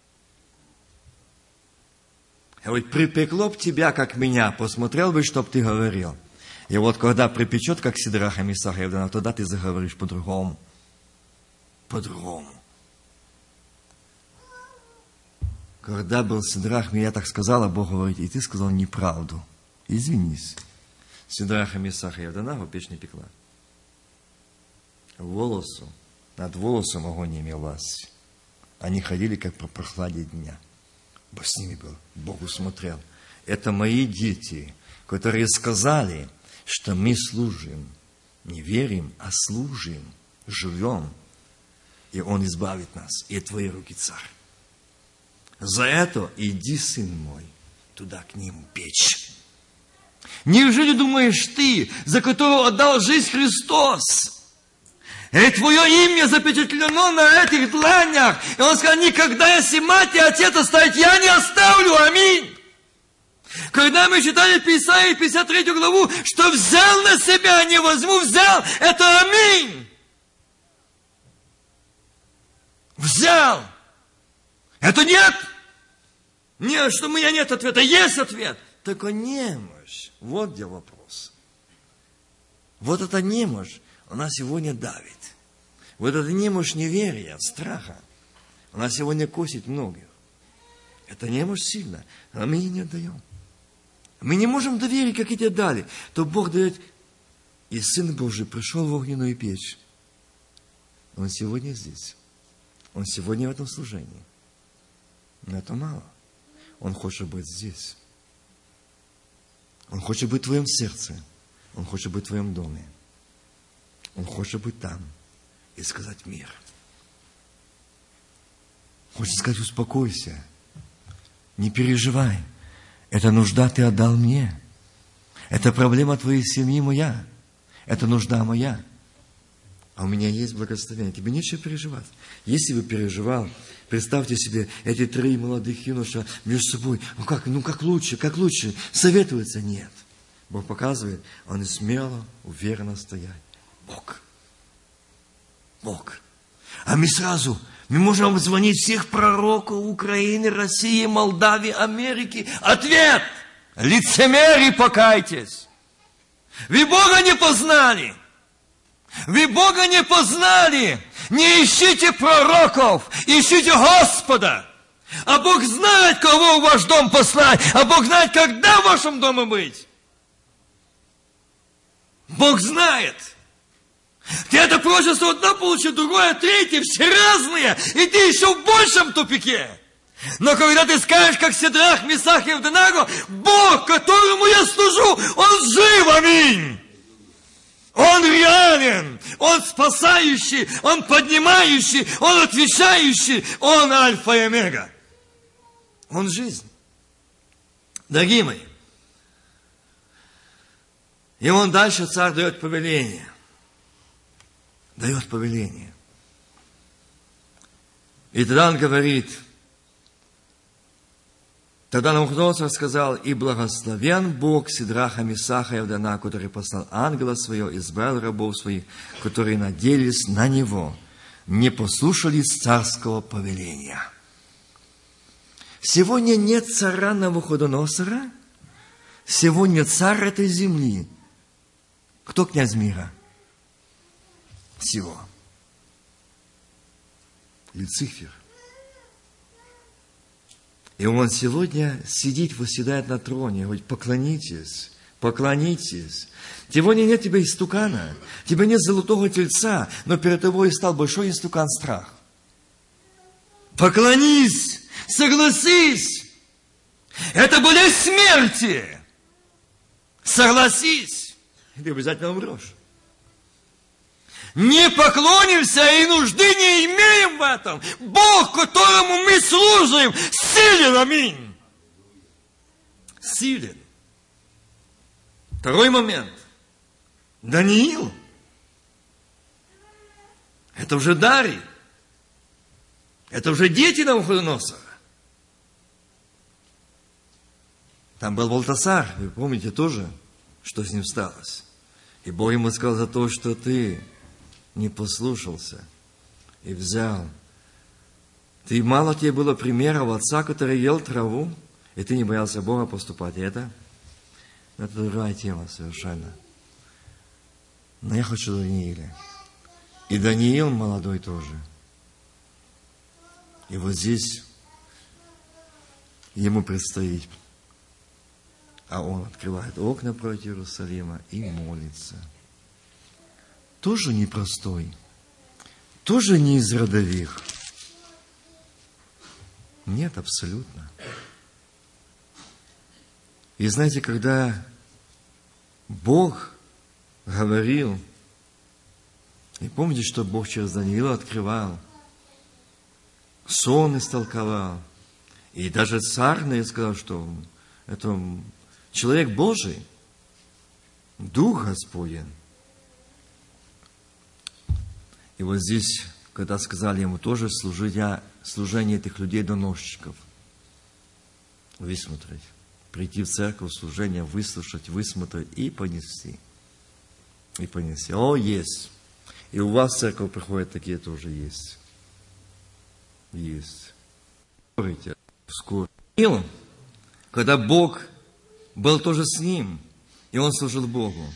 Говорит, припекло б тебя, как меня, посмотрел бы, чтоб ты говорил. И вот когда припечет, как Сидраха, Мисаха и Авденаго, тогда ты заговоришь по-другому. По-другому. Когда был Сидрах, я так сказал, а Бог говорит, и ты сказал неправду. Извинись. Сидраха, Мисаха и Авденаго печь не пекла. Волосу, над волосом огонь не имел власти. Они ходили, как по прохладе дня. Бог с ними был, Бог усмотрел. Это мои дети, которые сказали, что мы служим. Не верим, а служим, живем. И Он избавит нас. И в твои руки, Царь. За это иди, сын мой, туда к ним печь. Неужели думаешь ты, за которого отдал жизнь Христос? И твое имя запечатлено на этих дланях. И он сказал, никогда, если мать и отец оставить, я не оставлю. Аминь. Когда мы читали Исаии 53 главу, что взял на себя, не возьму, взял, это аминь. Взял. Это нет. Нет, что у меня нет ответа. Есть ответ. Только немощь. Вот где вопрос. Вот эта немощь, она сегодня давит. Вот эта немощь неверия, страха, она сегодня косит многих. Это немощь сильно, а мы ей не отдаем. Мы не можем доверить, как эти дали. То Бог дает, и Сын Божий пришел в огненную печь. Он сегодня здесь. Он сегодня в этом служении. Но это мало. Он хочет быть здесь. Он хочет быть в твоем сердце. Он хочет быть в твоем доме. Он хочет быть там и сказать мир. Хочет сказать, успокойся. Не переживай. Эта нужда ты отдал мне. Это проблема твоей семьи моя. Это нужда моя. А у меня есть благословение. Тебе нечего переживать. Если бы переживал, представьте себе, эти 3 молодых юноша между собой, ну как лучше, советуются? Нет. Бог показывает, он смело, уверенно стоять. Бог. А мы можем звонить всех пророков Украины, России, Молдавии, Америки. Ответ! Лицемерие, покайтесь. Вы Бога не познали. Вы Бога не познали. Не ищите пророков, ищите Господа. А Бог знает, кого в ваш дом послать. А Бог знает, когда в вашем доме быть. Бог знает. Ты это пророчество одно получил, другое, третье, все разные, и ты еще в большем тупике. Но когда ты скажешь, как Сидрах, Мисах и Авденаго, Бог, которому я служу, Он жив, аминь. Он реален, Он спасающий, Он поднимающий, Он отвечающий, Он альфа и омега. Он жизнь. Дорогие мои, и он дальше, царь, дает повеление. Дает повеление. И тогда он говорит, тогда Навуходоносор сказал, и благословен Бог Сидраха, Мисаха и Авденаго, который послал ангела своего, избрал рабов своих, которые надеялись на него, не послушались царского повеления. Сегодня нет царя Навуходоносора, Сегодня царь этой земли. Кто князь мира? Всего. Люцифер. И он сегодня сидит, восседает на троне, говорит, поклонитесь, поклонитесь. Сегодня нет тебя истукана, тебя нет золотого тельца, но перед тобой стал большой истукан страх. Поклонись, согласись. Это болезнь смерти. Согласись, и ты обязательно умрешь. Не поклонимся и нужды не имеем в этом. Бог, которому мы служим, силен, аминь. Силен. Второй момент. Даниил. Это уже Дарий. Это уже дети Навуходоносора. Там был Валтасар, вы помните тоже, что с ним сталось. И Бог ему сказал за то, что ты не послушался и взял. Ты мало тебе было примеров отца, который ел траву, и ты не боялся Бога поступать. И это другая тема совершенно. Но я хочу о Данииле. И Даниил молодой тоже. И вот здесь ему предстоит. А он открывает окна против Иерусалима и молится. Тоже непростой. Тоже не из родовых. Нет, абсолютно. И знаете, когда Бог говорил, и помните, что Бог через Даниила открывал, сон истолковал, и даже царь сказал, что это человек Божий, Дух Господень. И вот здесь, когда сказали ему тоже служение этих людей-доносчиков, высмотреть, прийти в церковь, служение, выслушать, высмотреть и понести. И понести. О, есть. И у вас в церковь приходят такие тоже есть. Есть. Скоро. Когда Бог был тоже с ним, и он служил Богу.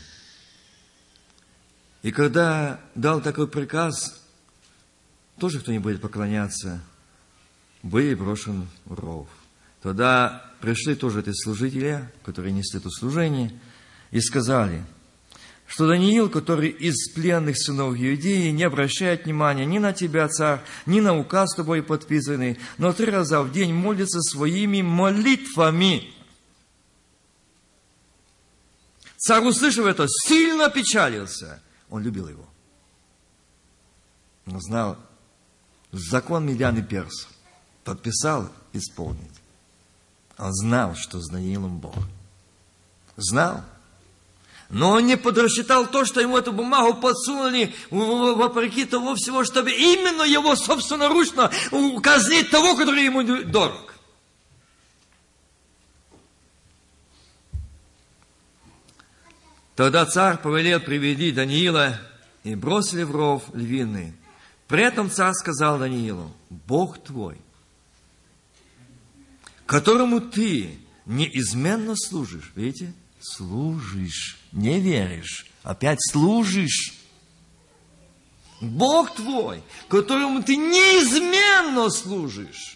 И когда дал такой приказ, тоже кто не будет поклоняться, были брошен в ров. Тогда пришли тоже эти служители, которые несли это служение, и сказали, что Даниил, который из пленных сынов Иудеи, не обращает внимания ни на тебя, царь, ни на указ с тобой подписанный, но 3 раза в день молится своими молитвами. Царь, услышав это, сильно печалился. Он любил его. Он знал закон Медиан и Перс. Подписал исполнить. Он знал, что с Даниилом Бог. Знал. Но он не подрасчитал то, что ему эту бумагу подсунули вопреки того всего, чтобы именно его собственноручно казнить того, который ему дорог. Тогда царь повелел приведи Даниила и бросили в ров львиный. При этом царь сказал Даниилу, Бог твой, которому ты неизменно служишь. Видите? Служишь. Не веришь. Опять служишь. Бог твой, которому ты неизменно служишь.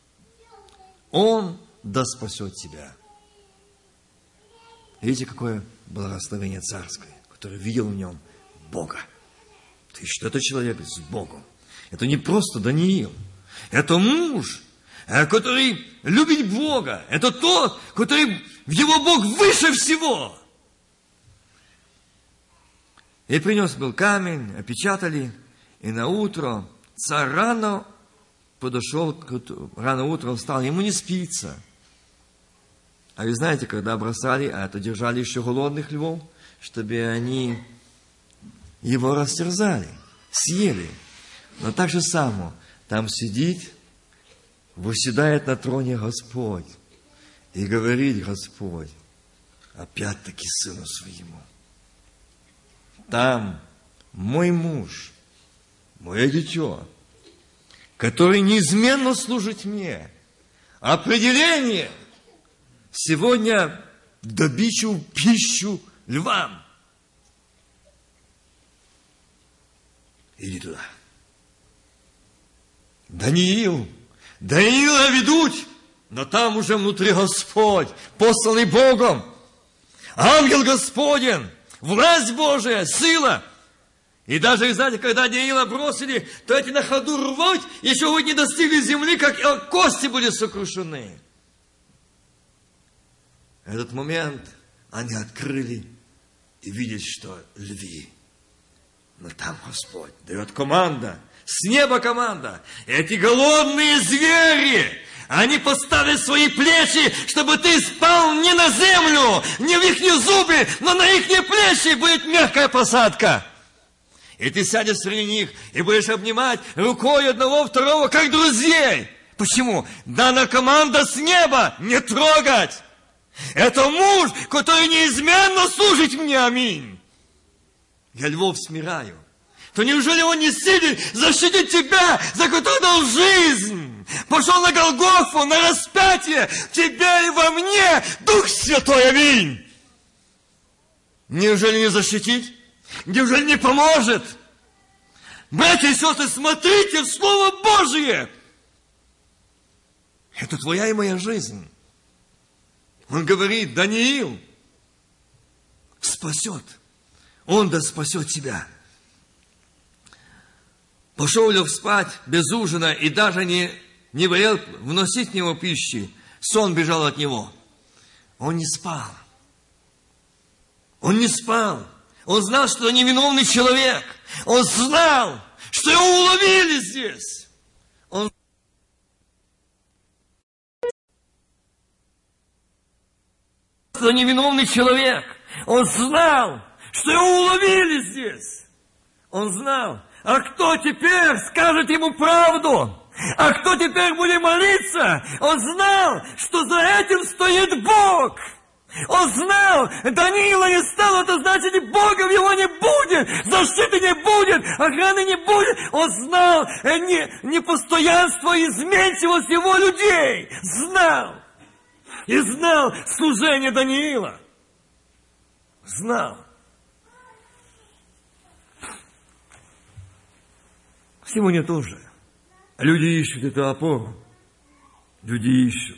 Он да спасет тебя. Видите, какое благословение царское, который видел в нем Бога. То есть, что это человек с Богом. Это не просто Даниил. Это муж, который любит Бога. Это тот, который в его Бог выше всего. И принес был камень, опечатали, и на утро царь рано подошел, рано утром встал, ему не спится. А вы знаете, когда бросали, а это держали еще голодных львов, чтобы они его растерзали, съели. Но так же само, там сидит, восседает на троне Господь. И говорит Господь, опять-таки сыну своему. Там мой муж, мое дитё, который неизменно служит мне. Определение. Сегодня добычу в пищу львам. Иди туда. Даниила ведут, но там уже внутри Господь, посланный Богом. Ангел Господень, власть Божия, сила. И даже, знаете, когда Даниила бросили, то эти на ходу рвать, еще вы не достигли земли, как кости были сокрушены. Этот момент они открыли и видят, что львы. Но там Господь дает команда, с неба команда. Эти голодные звери, они поставили свои плечи, чтобы ты спал не на землю, не в их зубы, но на их плечи будет мягкая посадка. И ты сядешь среди них и будешь обнимать рукой одного, второго, как друзей. Почему? Дана команда с неба не трогать. Это муж, который неизменно служит мне, аминь. Я львов смираю. То неужели он не сидит защитить тебя, за которую дал жизнь? Пошел на Голгофу, на распятие, в тебе и во мне Дух Святой, аминь. Неужели не защитить? Неужели не поможет? Братья и сестры, смотрите в Слово Божие. Это твоя и моя жизнь. Он говорит, Даниил спасет. Он да спасет тебя. Пошел лег спать без ужина и даже не велел вносить в него пищи. Сон бежал от него. Он не спал. Он не спал. Он знал, что это невиновный человек. Он знал, что его уловили здесь. Он что невиновный человек. Он знал, что его уловили здесь. Он знал. А кто теперь скажет ему правду? А кто теперь будет молиться? Он знал, что за этим стоит Бог. Он знал, Даниила не стал, это значит, и Бога в его не будет, защиты не будет, охраны не будет. Он знал непостоянство и изменчивость его людей. Знал. И знал служение Даниила. Знал. Сегодня тоже. Люди ищут эту опору. Люди ищут.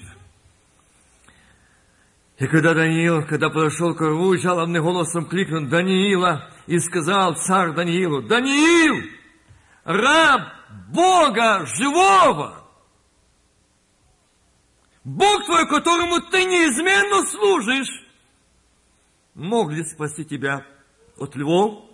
И когда Даниил, когда подошел к рву, жалобным голосом крикнул Даниила и сказал царь Даниилу: Даниил, раб Бога живого, Бог твой, которому ты неизменно служишь, мог ли спасти тебя от львов?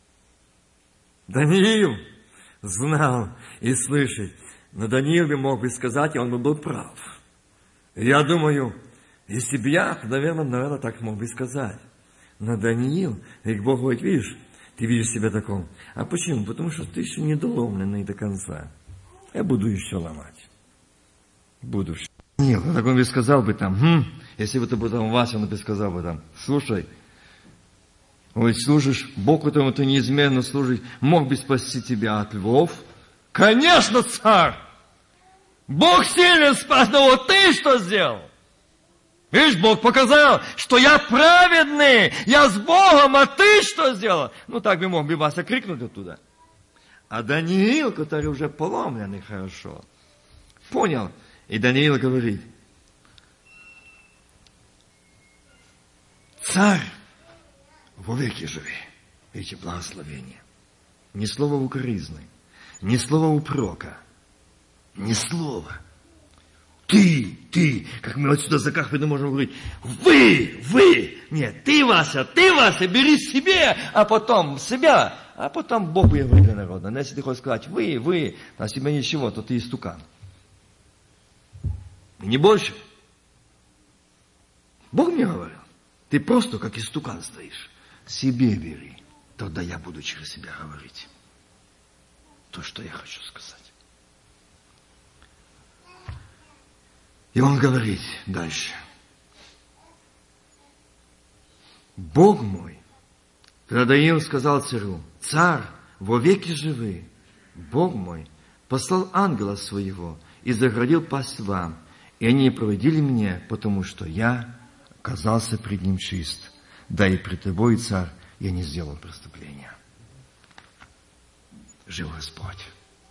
Даниил знал и слышит, но Даниил бы мог бы сказать, и он бы был прав. Я думаю, если бы я, наверное, так мог бы сказать. Но Даниил, и Бог говорит, видишь, ты видишь себя таком. А почему? Потому что ты еще не доломленный до конца. Я буду еще ломать. Буду. Нет, так он бы сказал бы там, если бы это был там Вася, он бы сказал бы там, слушай, вот служишь, Бог, которому ты неизменно служишь, мог бы спасти тебя от львов? Конечно, царь! Бог силен спас, но вот ты что сделал? Видишь, Бог показал, что я праведный, я с Богом, а ты что сделал? Ну, так бы мог бы Вася крикнуть оттуда. А Даниил, который уже поломленный хорошо, понял. И Даниил говорит, царь, вовеки живи. Видите, благословение. Ни слова укоризны, ни слова упрека, ни слова. Ты, как мы отсюда за кафедрой можем говорить, вы, нет, ты, Вася, бери себе, а потом себя, а потом Бог будет говорить для народа. Но если ты хочешь сказать, вы, на себя ничего, то ты истукан. И не больше. Бог мне говорил, ты просто как истукан стоишь. Себе бери, тогда я буду через себя говорить то, что я хочу сказать. И он говорит дальше. Бог мой, когда Даниил сказал царю, царь, вовеки живы, Бог мой послал ангела своего и заградил пасть вам, и они не проводили меня, потому что я казался пред ним чист, да и пред тобой, царь, я не сделал преступления. Жив Господь.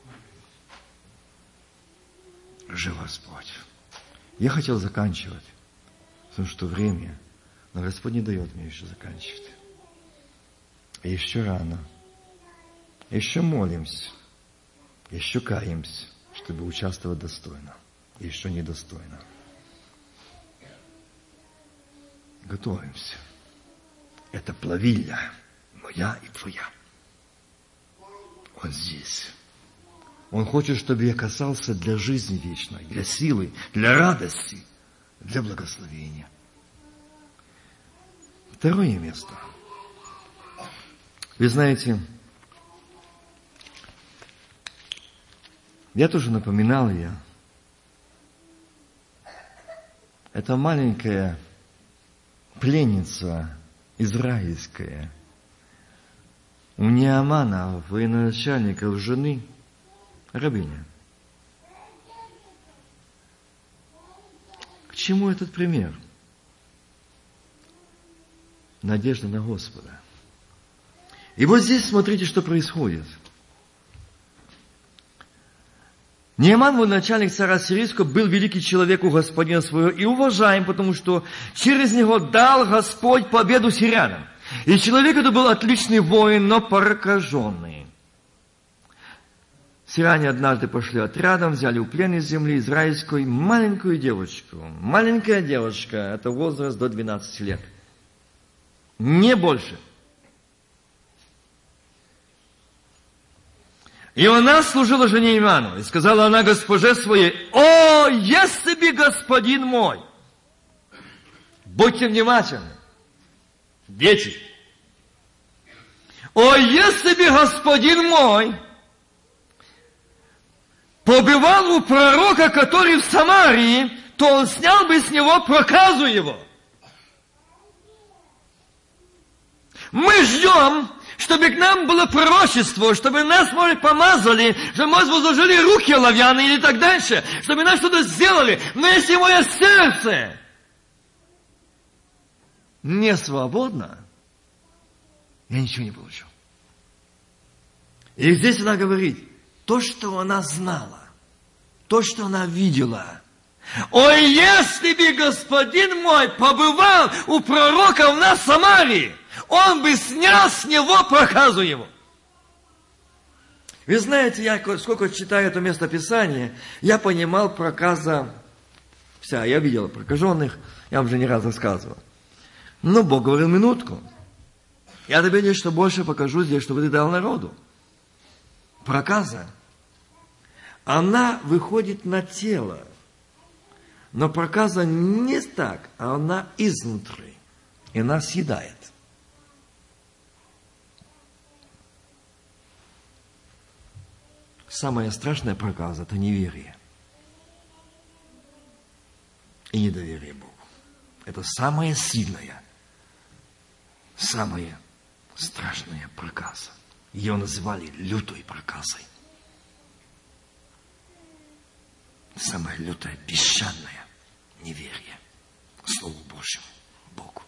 Жив Господь. Я хотел заканчивать, потому что время, но Господь не дает мне еще заканчивать. Еще рано. Еще молимся. Еще каемся, чтобы участвовать достойно. Еще недостойно. Готовимся. Это плавильня моя и твоя. Он здесь. Он хочет, чтобы я касался для жизни вечной, для силы, для радости, для благословения. Второе место. Вы знаете, я тоже напоминал ее. Это маленькая пленница израильская. У Неамана, военачальников, жены, рабыня. К чему этот пример? Надежда на Господа. И вот здесь смотрите, что происходит. Неаман, военачальник царя сирийского, был великий человек у господина своего и уважаем, потому что через него дал Господь победу сирянам. И человек это был отличный воин, но прокаженный. Сиряне однажды пошли отрядом, взяли у плена из земли израильской маленькую девочку. Маленькая девочка, это возраст до 12 лет. Не больше. И она служила жене Неаману, и сказала она госпоже своей: «О, если бы господин мой!» Будьте внимательны, дети. «О, если бы господин мой побывал у пророка, который в Самарии, то он снял бы с него проказу его». Мы ждем, чтобы к нам было пророчество, чтобы нас, может, помазали, чтобы мы возложили руки оловянные или так дальше, чтобы нас что-то сделали. Но если мое сердце не свободно, я ничего не получу. И здесь она говорит, то, что она знала, то, что она видела. «Ой, если бы господин мой побывал у пророка у нас в Самарии, он бы снял с него проказу его». Вы знаете, я сколько читаю это местописание, я понимал проказа вся. Я видел прокаженных, я вам уже не раз рассказывал. Но Бог говорил: минутку. Я тебе нечто больше покажу здесь, чтобы ты дал народу. Проказа, она выходит на тело. Но проказа не так, а она изнутри. И она съедает. Самая страшная проказа – это неверие. И недоверие Богу. Это самая сильная, самая страшная проказа. Ее называли лютой проказой. Самое лютое, песчаное неверие Слову Божьему, Богу.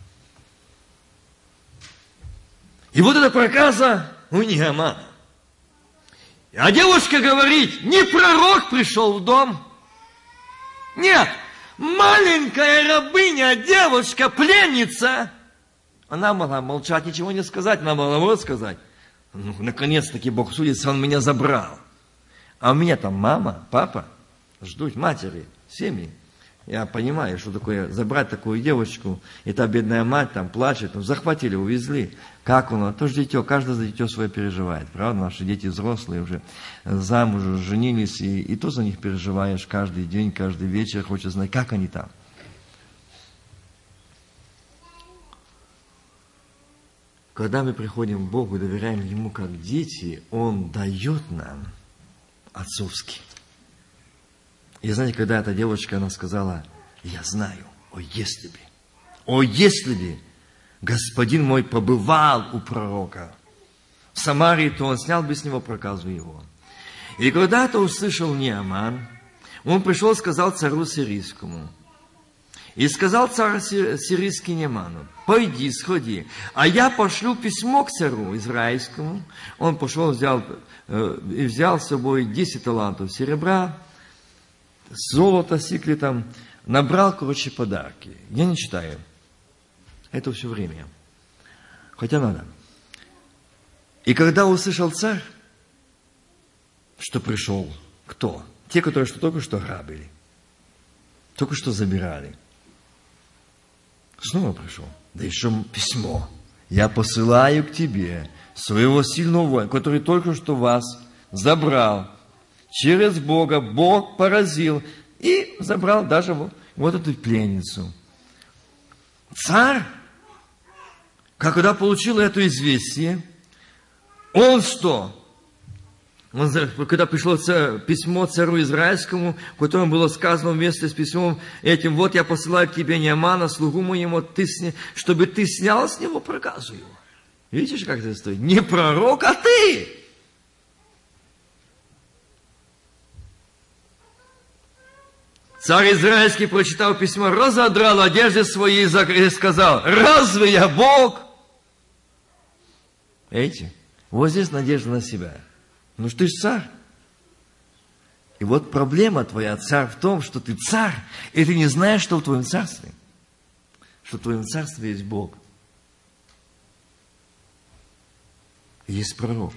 И вот эта проказа у Неамана. А девушка говорит, не пророк пришел в дом. Нет, маленькая рабыня, девушка, пленница. Она могла молчать, ничего не сказать, она могла вот сказать. Ну, наконец-таки Бог судится, Он меня забрал. А у меня там мама, папа, ждут матери, семьи. Я понимаю, что такое забрать такую девочку, и та бедная мать там плачет, захватили, увезли. Как оно? То же дитё, каждый за дитё свое переживает. Правда, наши дети взрослые уже, замуж, женились, и то за них переживаешь каждый день, каждый вечер, хочешь знать, как они там. Когда мы приходим к Богу, доверяем Ему как дети, Он дает нам отцовский. И знаете, когда эта девочка, она сказала, я знаю, о, если бы господин мой побывал у пророка в Самарии, то он снял бы с него проказу его. И когда это услышал Неаман, он пришел и сказал царю сирийскому. И сказал царь сирийский Нааману: пойди, сходи, а я пошлю письмо к царю израильскому. Он пошел, взял с собой 10 талантов серебра, золото, сикли там, набрал, подарки. Я не читаю. Это все время. Хотя надо. И когда услышал царь, что пришел кто? Те, которые только что грабили, только что забирали. Снова пришел. Да еще письмо. Я посылаю к тебе своего сильного воина, который только что вас забрал. Через Бога Бог поразил и забрал даже вот эту пленницу. Царь, когда получил это известие, он что? Когда пришло письмо царю израильскому, в котором было сказано вместе с письмом этим: вот я посылаю к тебе Наамана, слугу моему, чтобы ты снял с него проказу его. Видишь, как это стоит? Не пророк, а ты! Царь израильский, прочитал письмо, разодрал одежды свои и сказал: разве я Бог? Видите? Вот здесь надежда на себя. Ну что ты ж царь. И вот проблема твоя, царь, в том, что ты царь, и ты не знаешь, что в твоем царстве. Что в твоем царстве есть Бог. Есть пророк.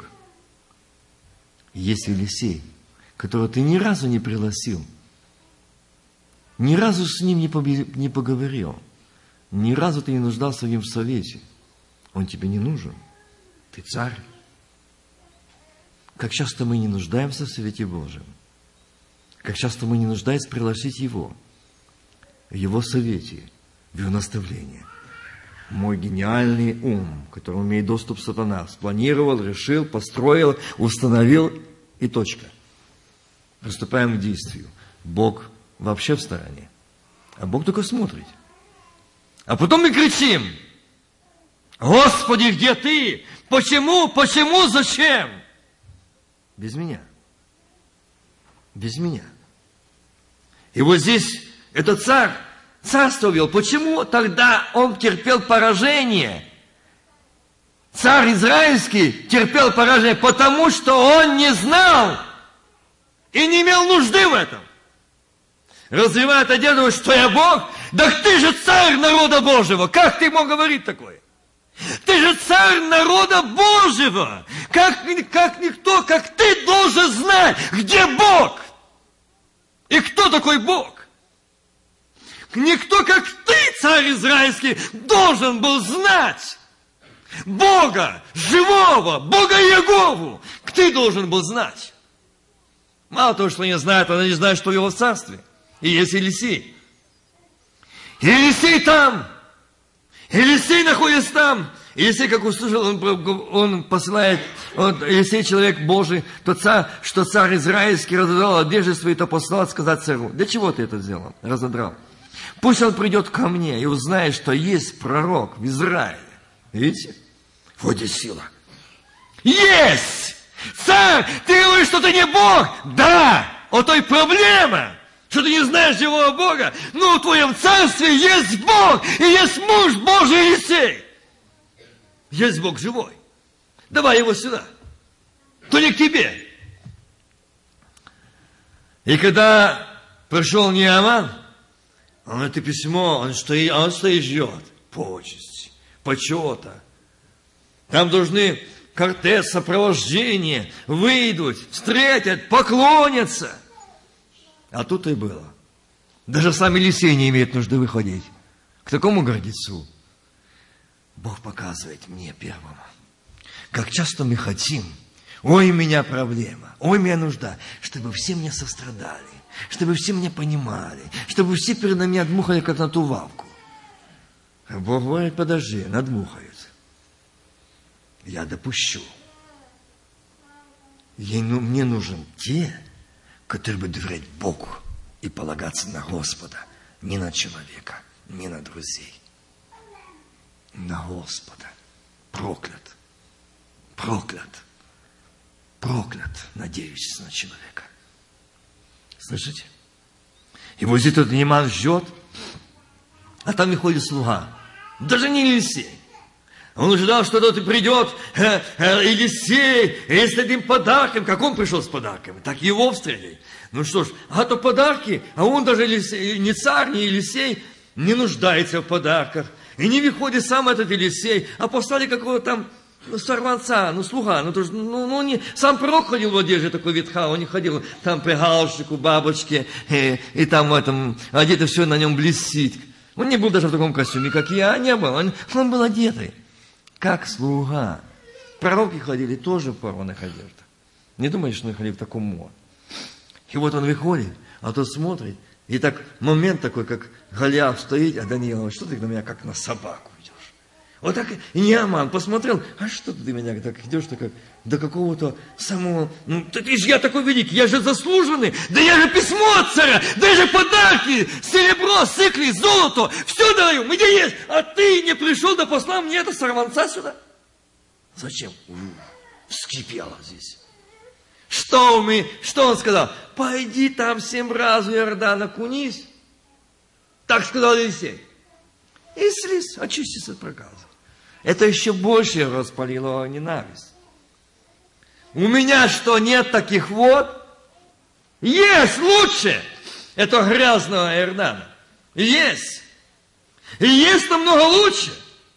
Есть Елисей, которого ты ни разу не пригласил. Ни разу с ним не поговорил. Ни разу ты не нуждался в нем в совете. Он тебе не нужен. Ты царь. Как часто мы не нуждаемся в совете Божьем. Как часто мы не нуждаемся пригласить Его. В Его совете, в Его наставлении. Мой гениальный ум, которому имеет доступ сатана, спланировал, решил, построил, установил и точка. Приступаем к действию. Бог вообще в стороне. А Бог только смотрит. А потом мы кричим: Господи, где ты? Почему? Почему? Зачем? Без меня. Без меня. И вот здесь этот царь царство вел. Почему тогда он терпел поражение? Царь израильский терпел поражение, потому что он не знал и не имел нужды в этом. Развивает одежду, что я Бог? Да ты же царь народа Божьего! Как ты мог говорить такое? Ты же царь народа Божьего! Как никто, как ты должен знать, где Бог! И кто такой Бог? Никто, как ты, царь израильский, должен был знать Бога живого, Бога Иегову. Ты должен был знать. Мало того, что не знает, она не знает, что в его царстве. И есть Елисей. Елисей там. Елисей находится там. Елисей, как услышал, он посылает, Елисей человек Божий, что царь израильский разодрал одежды свои, то послал сказать царю: для чего ты это сделал? Разодрал. Пусть он придет ко мне и узнает, что есть пророк в Израиле. Видите? Вот здесь сила. Есть! Царь, ты говоришь, что ты не Бог? Да! Вот то и проблема, что ты не знаешь живого Бога. Но в твоем царстве есть Бог, и есть муж Божий Елисей. Есть Бог живой. Давай его сюда. То не к тебе. И когда пришел Нааман, он это письмо, он стоит ждет. Почести, почета. Там должны кортеж, сопровождение, выйдут, встретят, поклонятся. А тут и было. Даже сам Елисей не имеет нужды выходить. К такому гордецу Бог показывает мне первому. Как часто мы хотим: ой, у меня проблема, ой, у меня нужда, чтобы все мне сострадали, чтобы все меня понимали, чтобы все передо мной отмухали, как на ту вавку. А Бог говорит: подожди, надмухают. Я допущу. Мне нужен те, которые будут доверять Богу и полагаться на Господа, не на человека, не на друзей. На Господа. Проклят. Проклят. Проклят, надеющийся на человека. Слышите? И вот здесь этот Нааман ждет. А там выходит слуга. Даже не Елисей. Он ждал, что тот и придет Елисей и с этим подарком. Как он пришел с подарками, так его встретили. Ну что ж, а то подарки, а он даже не царь, не Елисей, не нуждается в подарках. И не выходит сам этот Елисей, а послали какого-то там сорванца, слуга. Сам пророк ходил в одежде такой ветха, он не ходил там при галстуку, бабочке, и там в этом, одето все на нем блестит. Он не был даже в таком костюме, как я, не был. Он был одетый, как слуга. Пророки ходили тоже в порванных одеждах. Не думаешь, что они ходили в таком моде. И вот он выходит, а тот смотрит, и так момент такой, как Голиаф стоит, а Даниил говорит, что ты на меня как на собаку идешь? Вот так и Неаман посмотрел, а что ты меня так идешь, как до какого-то самого, ты же я такой великий, я же заслуженный, да я же письмо от царя, да я же подарки, серебро, сыкли, золото, все даю, где есть, а ты не пришел, да послал мне это сорванца сюда. Зачем? Вскипело здесь. Что он сказал? Пойди там 7 раз в Иордан окунись. Так сказал Елисей. И слез, очистись от проказа. Это еще больше распалило ненависть. У меня что, нет таких вод? Есть лучше этого грязного Иордана. Есть. И есть намного лучше.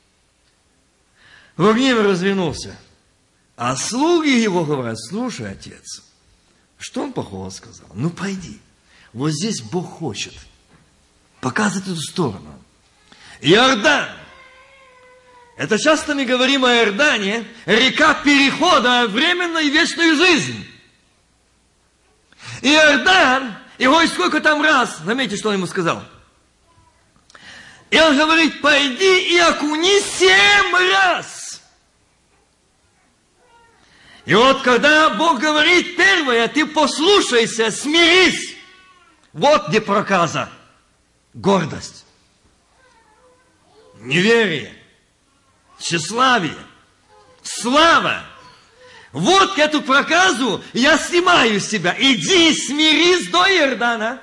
В гневе развернулся. А слуги его говорят, слушай, отец, что он плохого сказал? Пойди, вот здесь Бог хочет показывать эту сторону. Иордан. Это часто мы говорим о Иордане, река перехода в временную и вечную жизнь. Иордан, его сколько там раз, заметьте, что он ему сказал. И он говорит, пойди и окуни 7 раз. И вот когда Бог говорит первое, ты послушайся, смирись. Вот где проказа. Гордость. Неверие. Тщеславие. Слава. Вот эту проказу я снимаю с себя. Иди, смирись до Иордана.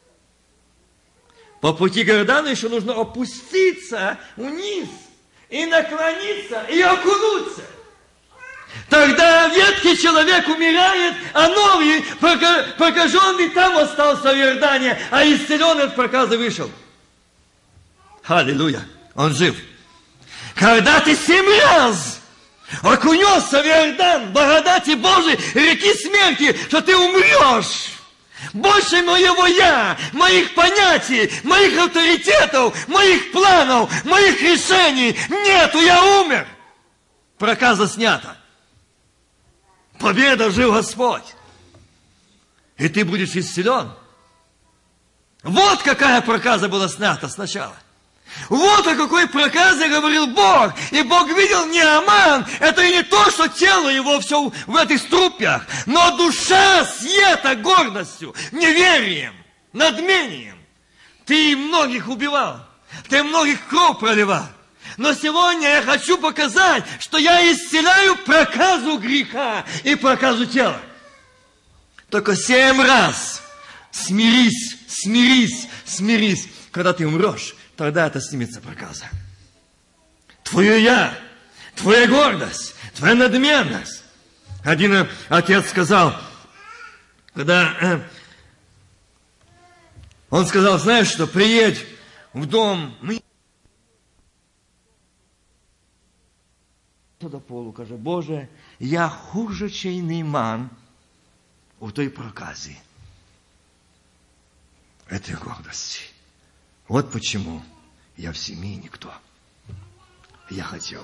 По пути к Иордану еще нужно опуститься вниз. И наклониться, и окунуться. Тогда ветхий человек умирает, а новый, прокаженный там остался в Иордане, а исцеленный от проказа вышел. Аллилуйя, он жив. Когда ты 7 раз окунешься в Иордан, благодати Божией, реки смерти, что ты умрешь. Больше моего я, моих понятий, моих авторитетов, моих планов, моих решений нету, я умер. Проказа снята. Победа, жив Господь. И ты будешь исцелен. Вот какая проказа была снята сначала. Вот о какой проказе говорил Бог. И Бог видел Неаман. Это и не то, что тело его все в этих струпьях. Но душа съета гордостью, неверием, надмением. Ты многих убивал. Ты многих кровь проливал. Но сегодня я хочу показать, что я исцеляю проказу греха и проказу тела. Только 7 раз смирись, смирись, смирись. Когда ты умрешь, тогда это снимется проказа. Твое я, твоя гордость, твоя надменность. Один отец сказал, когда он сказал, знаешь что, приедь в дом, до полу, каже, Боже, я хуже, чий Нейман у той проказі. Этой гордости. Вот почему я в семье никто. Я хотел.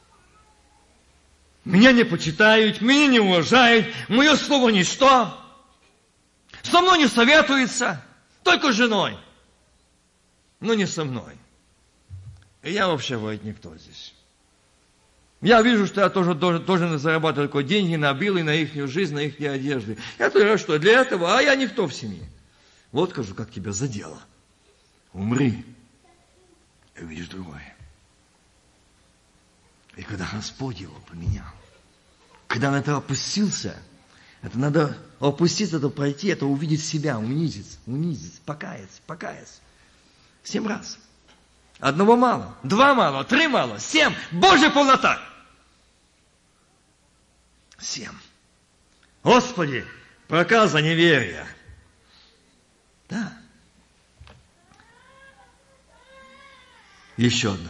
Меня не почитают, меня не уважают, мое слово ничто. Со мной не советуется, только с женой. Но не со мной. И я вообще никто здесь. Я вижу, что я тоже должен зарабатывать такие деньги на билы, на их жизнь, на их одежды. Я тоже что, для этого, а я никто в семье. Вот скажу, как тебя задело. Умри, и увидишь другое. И когда Господь его поменял, когда на это опустился, это надо опуститься, это пройти, это увидеть себя, унизить, покаяться. 7 раз. Одного мало, 2 мало, 3 мало, 7. Божья полнота. 7. Господи, проказа неверия. Да. Еще одно.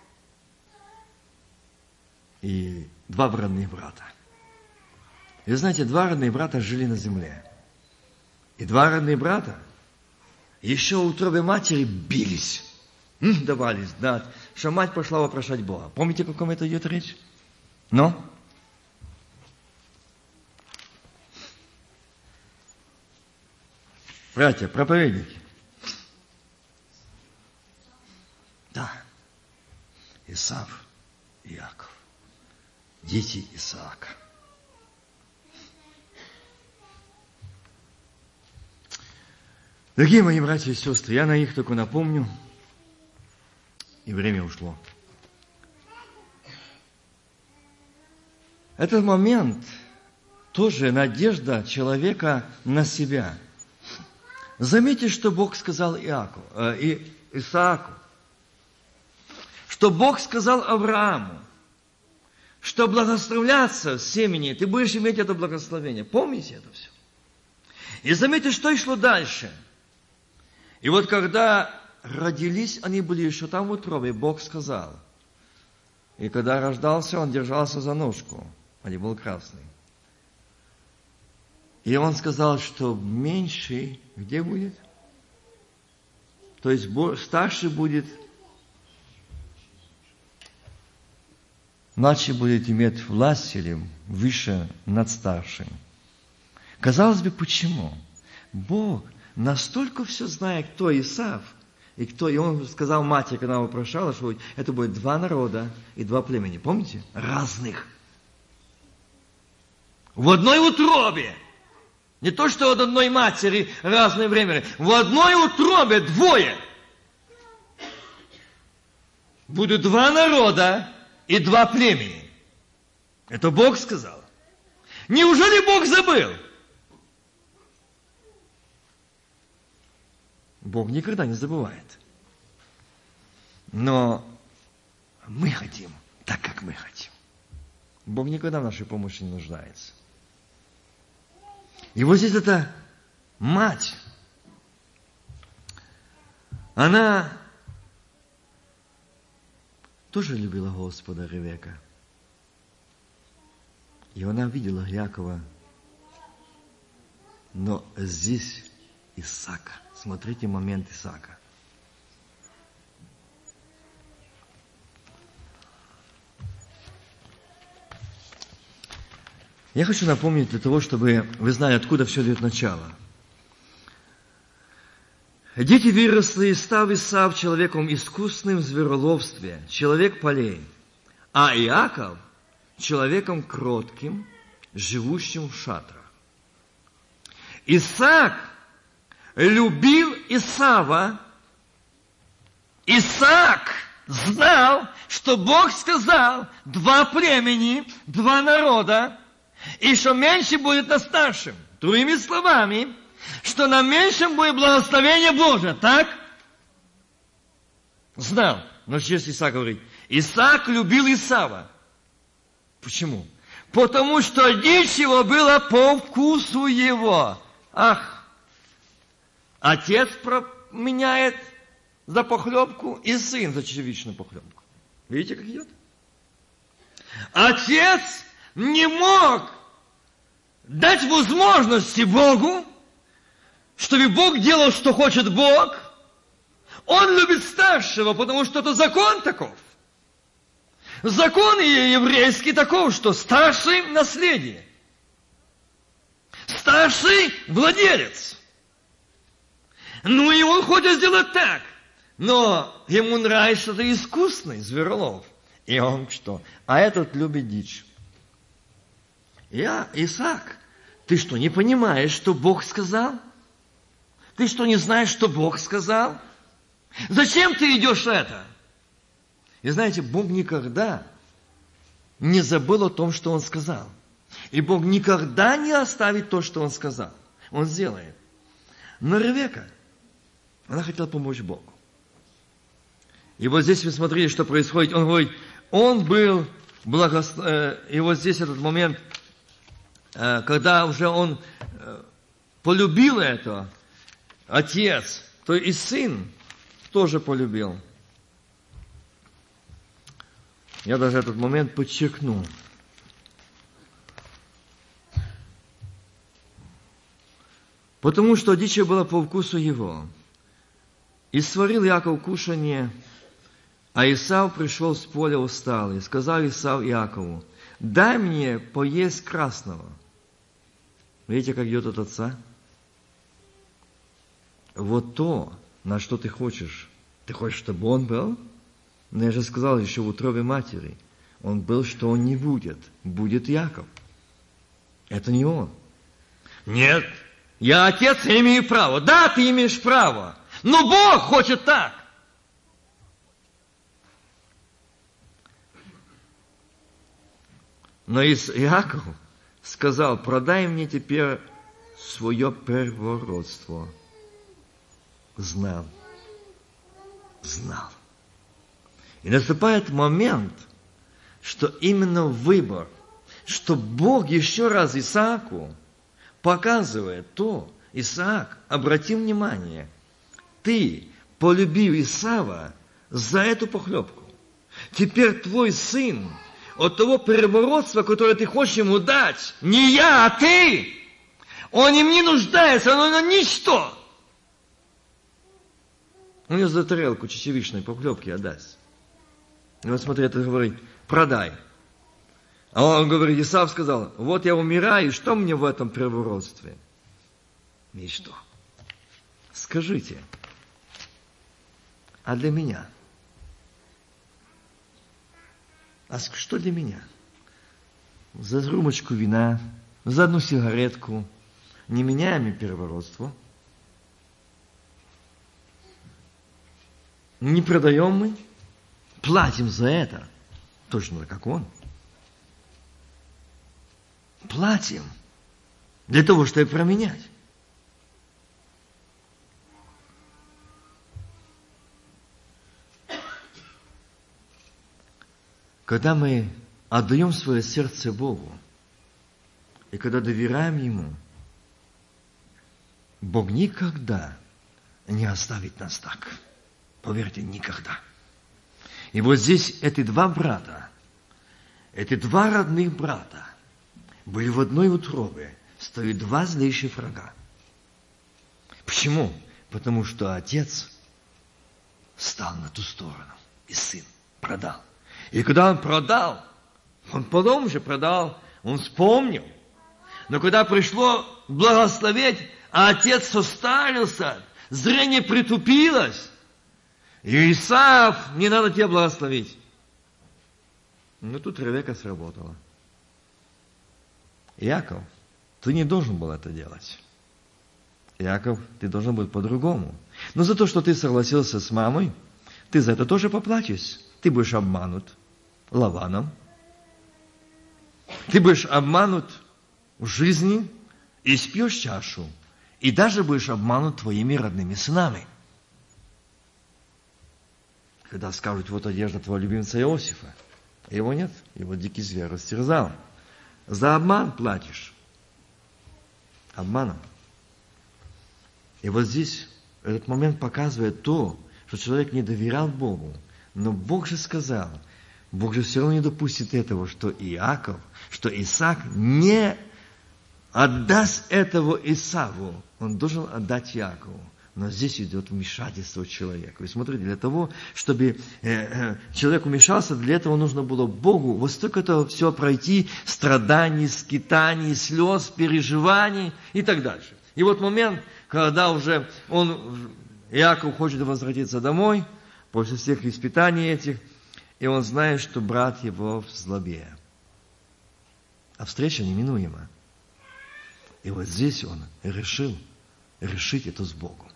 И 2 родных брата. И вы знаете, 2 родных брата жили на земле. И 2 родных брата еще в утробе матери бились. Давали знать, что мать пошла вопрошать Бога. Помните, о каком это идет речь? Но? Братья, проповедники. Да. Исав и Иаков. Дети Исаака. Дорогие мои братья и сестры, я на них только напомню, и время ушло. Этот момент тоже надежда человека на себя. Заметьте, что Бог сказал Исааку, что Бог сказал Аврааму, что благословляться семени, ты будешь иметь это благословение. Помните это все? И заметьте, что шло дальше. И вот когда родились, они были еще там в утробе, Бог сказал. И когда рождался, он держался за ножку, а не был красный. И он сказал, что меньший где будет? То есть старший будет, младший будет иметь власть или выше над старшим. Казалось бы, почему? Бог настолько все знает, кто Исав, и кто, и он сказал матери, когда его вопрошала, что это будет 2 народа и 2 племени. Помните? Разных. В одной утробе. Не то, что от одной матери разное время. В одной утробе 2. Будут 2 народа и 2 племени. Это Бог сказал. Неужели Бог забыл? Бог никогда не забывает. Но мы хотим так, как мы хотим. Бог никогда в нашей помощи не нуждается. И вот здесь эта мать, она тоже любила Господа, Ревека. И она видела Якова. Но здесь Исаака. Смотрите момент Исаака. Я хочу напомнить для того, чтобы вы знали, откуда все идет начало. Дети выросли, и стал Исав человеком искусным в звероловстве, человек полей, а Иаков человеком кротким, живущим в шатрах. Исаак любил Исава. Исаак знал, что Бог сказал 2 племени, 2 народа, и что меньше будет на старшем. Другими словами, что на меньшем будет благословение Божие. Так? Знал. Но сейчас Исаак говорит, Исаак любил Исава. Почему? Потому что дичь его была по вкусу его. Ах! Отец променяет за похлебку, и сын за червичную похлебку. Видите, как идет? Отец не мог дать возможности Богу, чтобы Бог делал, что хочет Бог. Он любит старшего, потому что это закон таков. Закон еврейский таков, что старший – наследие. Старший – владелец. Ну, и он хочет сделать так. Но ему нравится это искусный зверолов. И он что? А этот любит дичь. Исаак, ты что, не понимаешь, что Бог сказал? Ты что, не знаешь, что Бог сказал? Зачем ты идешь это? И знаете, Бог никогда не забыл о том, что Он сказал. И Бог никогда не оставит то, что Он сказал. Он сделает. Но Ревека, она хотела помочь Богу. И вот здесь вы смотрите, что происходит. Он говорит, он был и вот здесь этот момент, когда уже он полюбил это, отец, то и сын тоже полюбил. Я даже этот момент подчеркну. Потому что дичь была по вкусу его. И сварил Иаков кушанье, а Исав пришел с поля усталый. Сказал Исав Иакову, дай мне поесть красного. Видите, как идет от отца? Вот то, на что ты хочешь. Ты хочешь, чтобы он был? Но я же сказал еще в утробе матери. Он был, что он не будет. Будет Иаков. Это не он. Нет, я отец, я имею право. Да, ты имеешь право. Но Бог хочет так. Но Иаков сказал, продай мне теперь свое первородство. Знал. И наступает момент, что именно выбор, что Бог еще раз Исааку показывает то, Исаак, обрати внимание, ты полюбил Исава за эту похлебку. Теперь твой сын от того первородства, которое ты хочешь ему дать, не я, а ты, он им не нуждается, он на ничто. Он мне за тарелку чечевичной похлебки отдаст. И вот смотри, это говорит, продай. А он говорит, Исав сказал, вот я умираю, что мне в этом первородстве? Ничто. Скажите, а для меня? А что для меня? За рюмочку вина, за одну сигаретку, не меняем и первородство. Не продаем мы, платим за это, точно как он. Платим для того, чтобы променять. Когда мы отдаем свое сердце Богу, и когда доверяем Ему, Бог никогда не оставит нас так. Поверьте, никогда. И вот здесь эти два брата, эти два родных брата, были в одной утробе, стоят два злейших врага. Почему? Потому что отец стал на ту сторону, и сын продал. И когда он продал, он потом же продал, он вспомнил. Но когда пришло благословить, а отец состарился, зрение притупилось, и Исав, не надо тебя благословить. Но тут Ревека сработала. Иаков, ты не должен был это делать. Иаков, ты должен был по-другому. Но за то, что ты согласился с мамой, ты за это тоже поплатишь. Ты будешь обманут Лаваном. Ты будешь обманут в жизни и спьешь чашу. И даже будешь обманут твоими родными сынами. Когда скажут, вот одежда твоего любимца Иосифа. Его нет, его дикий зверь растерзал. За обман платишь. Обманом. И вот здесь этот момент показывает то, что человек не доверял Богу. Но Бог же сказал, Бог же все равно не допустит этого, что Иаков, что Исаак не отдаст этого Исаву. Он должен отдать Иакову. Но здесь идет вмешательство человека. И смотрите, для того, чтобы человек вмешался, для этого нужно было Богу вот столько это все пройти, страданий, скитаний, слез, переживаний и так дальше. И вот момент, когда уже Иаков хочет возвратиться домой, после всех испытаний этих, и он знает, что брат его в злобе. А встреча неминуема. И вот здесь он решил решить это с Богом.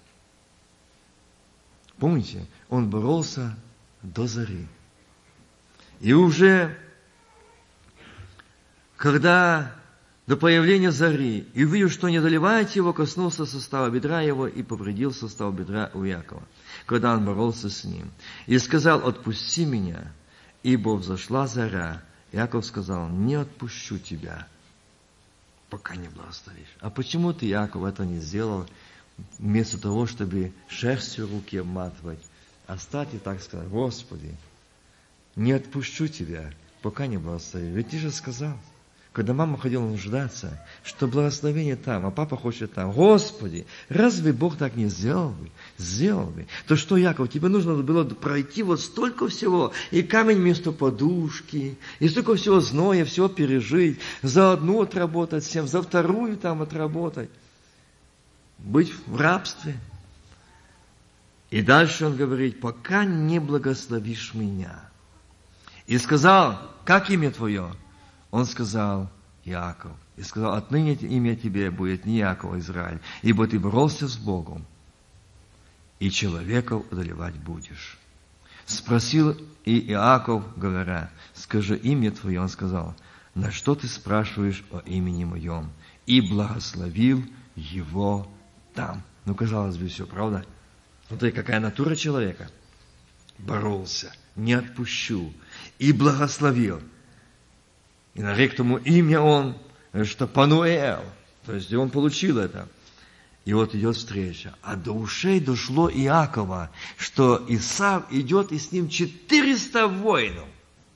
Помните, он боролся до зари. И уже, когда до появления зари, и увидев, что не одолевает его, коснулся сустава бедра его и повредил сустав бедра у Якова, когда он боролся с ним. И сказал: отпусти меня, ибо взошла заря. Яков сказал: не отпущу тебя, пока не благословишь. А почему ты, Яков, это не сделал, вместо того, чтобы шерстью руки обматывать, а стать и так сказать: Господи, не отпущу тебя, пока не благословишь. Ведь ты же сказал, когда мама ходила нуждаться, что благословение там, а папа хочет там. Господи, разве Бог так не сделал бы? Сделал бы. То что, Яков, тебе нужно было пройти вот столько всего, и камень вместо подушки, и столько всего зноя, всего пережить, за одну отработать всем, за вторую там отработать, быть в рабстве. И дальше он говорит: пока не благословишь меня. И сказал: как имя твое? Он сказал: Яков. И сказал: отныне имя тебе будет не Яков, а Израиль, ибо ты боролся с Богом, и человеков одолевать будешь. Спросил и Иаков, говоря: скажи имя твое. Он сказал: на что ты спрашиваешь о имени моем? И благословил его там. Ну, казалось бы, все, правда? Смотри, какая натура человека. Боролся, не отпущу, и благословил. И нарек тому имя он, что Пануэл. То есть, и он получил это. И вот идет встреча. А до ушей дошло Иакова, что Исав идет, и с ним 400 воинов.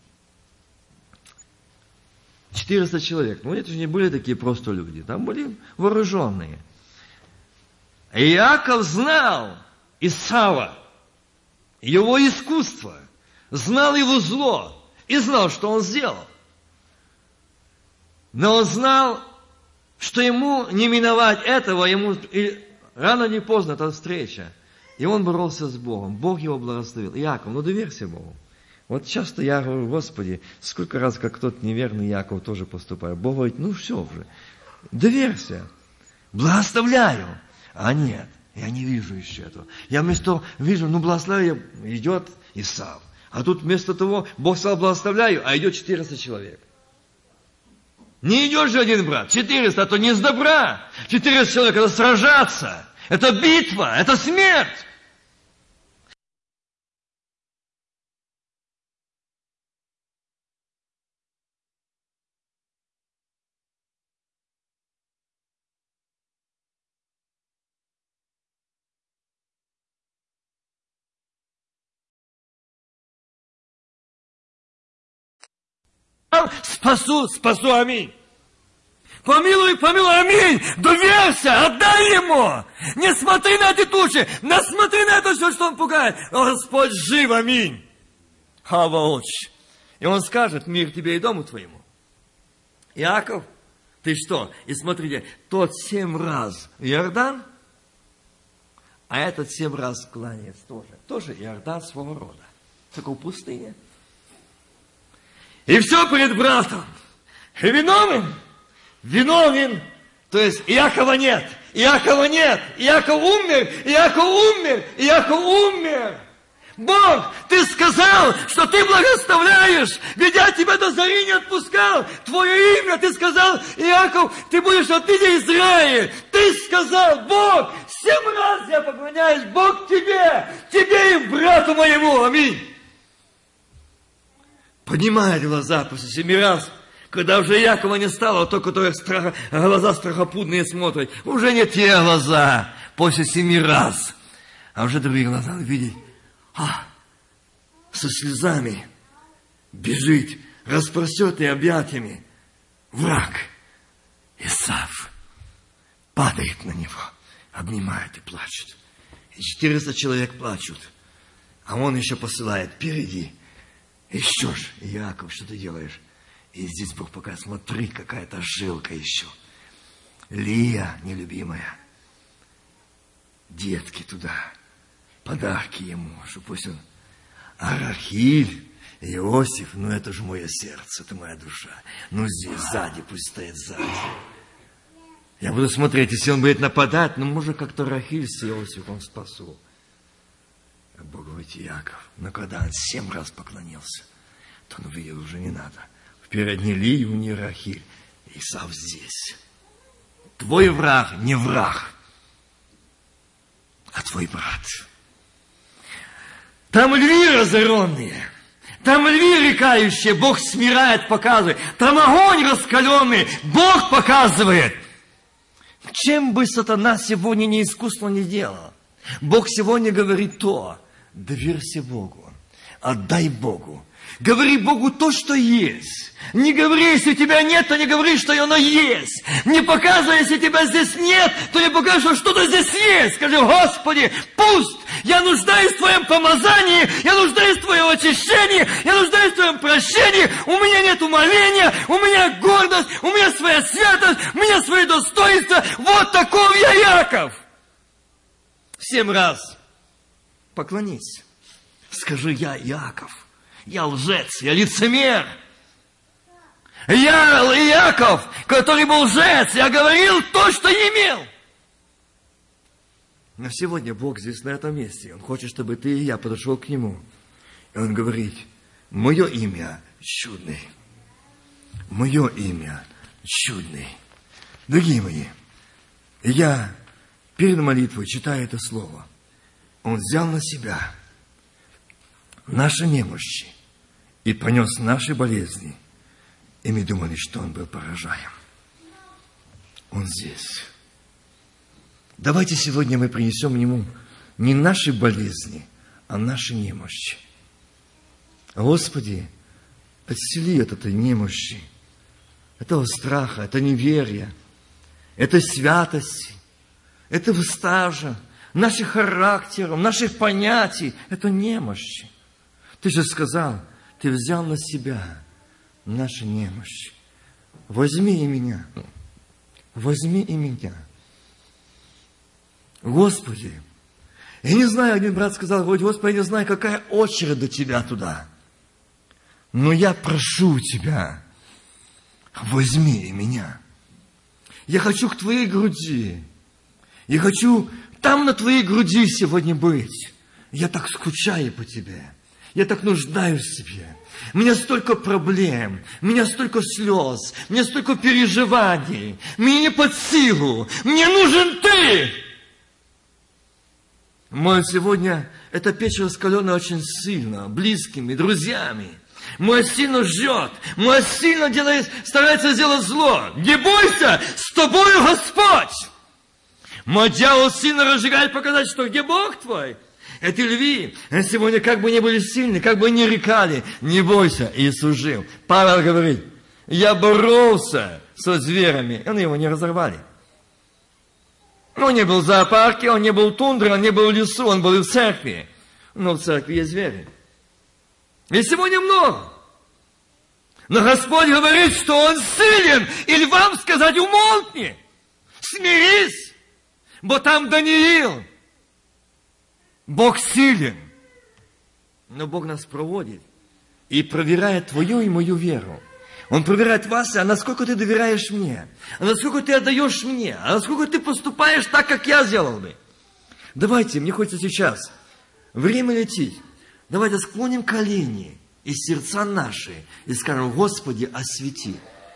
400 человек. Ну, это же не были такие просто люди. Там были вооруженные. И Иаков знал Исава, его искусство, знал его зло и знал, что он сделал. Но он знал, что ему не миновать этого, ему рано или поздно эта встреча. И он боролся с Богом. Бог его благословил. Иаков, ну доверься Богу. Вот часто я говорю: Господи, сколько раз, как тот неверный Иаков тоже поступает. Бог говорит: ну все уже, доверься, благословляю. А нет, я не вижу еще этого. Я вместо того вижу, ну благословляю, идет Исав. А тут вместо того Бог сказал: благословляю, а идет 400 человек. Не идет же один брат, 400, а то не с добра. 400 человек, это сражаться, это битва, это смерть. Спасу, аминь. Помилуй, аминь. Доверься, отдай ему. Не смотри на эти тучи, не смотри на это все, что он пугает. О, Господь жив, аминь. Хаваоч. И он скажет: мир тебе и дому твоему. Иаков, ты что? И смотрите, тот 7 раз Иордан, а этот 7 раз кланяется тоже. Тоже Иордан своего рода. Такой пустыня. И все перед братом. И виновен. То есть Иакова нет. Иаков умер. Бог, ты сказал, что ты благословляешь, ведь я тебя до зари не отпускал. Твое имя, ты сказал: Иаков, ты будешь от имени Израиль. Ты сказал: Бог, 7 раз я поклоняюсь, Бог тебе и брату моему. Аминь. Поднимает глаза после 7 раз, когда уже Якова не стало, то, которые глаза страхопутные смотрят, уже не те глаза после 7 раз, а уже другие глаза видеть. Со слезами бежит, распростертый объятиями враг. Исав падает на него, обнимает и плачет. И 400 человек плачут, а он еще посылает: впереди. И что ж, Иаков, что ты делаешь? И здесь Бог показывает: смотри, какая-то жилка еще. Лия, нелюбимая. Детки туда. Подарки ему, что пусть он... А Рахиль, Иосиф, ну это же мое сердце, это моя душа. Ну здесь, сзади, пусть стоит сзади. Я буду смотреть, если он будет нападать, ну может как-то Рахиль с Иосифом спасу. А Бог говорит: Иаков, но когда он 7 раз поклонился, то он увидел, уже не надо. Вперед ни Лию, ни Рахиль. Исав здесь. Твой враг не враг, а твой брат. Там львы разоренные, там львы рекающие, Бог смиряет, показывает. Там огонь раскаленный, Бог показывает. Чем бы сатана сегодня неискусно не делал, Бог сегодня говорит то: доверься Богу, отдай Богу. Говори Богу то, что есть. Не говори, если тебя нет, то не говори, что оно есть. Не показывай, если тебя здесь нет, то не покажи, что что-то здесь есть. Скажи: Господи, пусть я нуждаюсь в Твоем помазании, я нуждаюсь в Твоем очищении, я нуждаюсь в Твоем прощении. У меня нет умоления, у меня гордость, у меня своя святость, у меня свои достоинства. Вот таков я, Яков. 7 раз поклонись. Скажи: я Яков. Я лжец, я лицемер. Я Яков, который был лжец. Я говорил то, что имел. Но сегодня Бог здесь, на этом месте. Он хочет, чтобы ты и я подошел к Нему. И Он говорит: мое имя чудный. Мое имя чудный. Дорогие мои, я перед молитвой читаю это слово. Он взял на себя наши немощи и понес наши болезни. И мы думали, что Он был поражаем. Он здесь. Давайте сегодня мы принесем Ему не наши болезни, а наши немощи. Господи, исцели от этой немощи, этого страха, это неверия, этой святости, этого стажа, наших характеров, наших понятий, это немощи. Ты же сказал, Ты взял на себя наши немощи. Возьми и меня. Возьми и меня. Господи, я не знаю, один брат сказал: Господи, я не знаю, какая очередь до Тебя туда. Но я прошу Тебя, возьми и меня. Я хочу к Твоей груди. Я хочу там на Твоей груди сегодня быть. Я так скучаю по Тебе. Я так нуждаюсь в Тебе. У меня столько проблем, у меня столько слез, у меня столько переживаний. Мне не под силу. Мне нужен Ты. Мой сегодня эта печь раскаленная очень сильно, близкими, друзьями. Мой сильно жжет, мой сильно старается сделать зло. Не бойся, с тобою Господь. Мой дьявол сильно разжигает показать, что где Бог твой? Эти львы сегодня как бы не были сильны, как бы не рекали. Не бойся, Иисус жил. Павел говорит: я боролся со зверями. Они его не разорвали. Он не был в зоопарке, он не был в тундре, он не был в лесу, он был и в церкви. Но в церкви есть звери. И сегодня много. Но Господь говорит, что Он силен, и львам сказать: умолкни, смирись, бо там Даниил. Бог силен. Но Бог нас проводит и проверяет твою и мою веру. Он проверяет вас, а насколько ты доверяешь мне, а насколько ты отдаешь мне, а насколько ты поступаешь так, как я сделал бы. Давайте, мне хочется сейчас, время летит, давайте склоним колени и сердца наши и скажем: Господи, освети.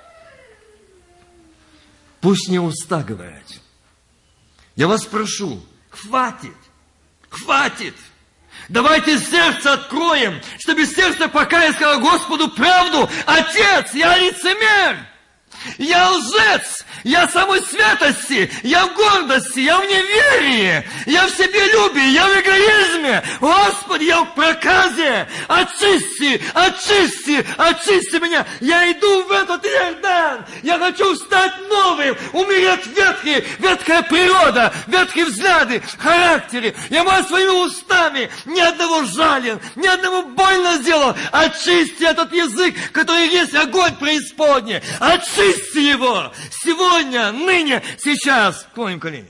Пусть не уста говорят. Я вас прошу, хватит. Хватит! Давайте сердце откроем, чтобы сердце покаялось и сказало Господу правду: Отец, я лицемер, я лжец, я в самой святости, я в гордости, я в неверии, я в себелюбии, я в эгоизме. Господи, я в проказе. Очисти, очисти, очисти меня. Я иду в этот Иордан. Я хочу стать новым, умереть ветхая природа, ветхие взгляды, характеры. Я могу своими устами ни одного жален, ни одного больно сделал. Очисти этот язык, который есть огонь преисподней. Очисти его сегодня, ныне, сейчас. Клоним колени.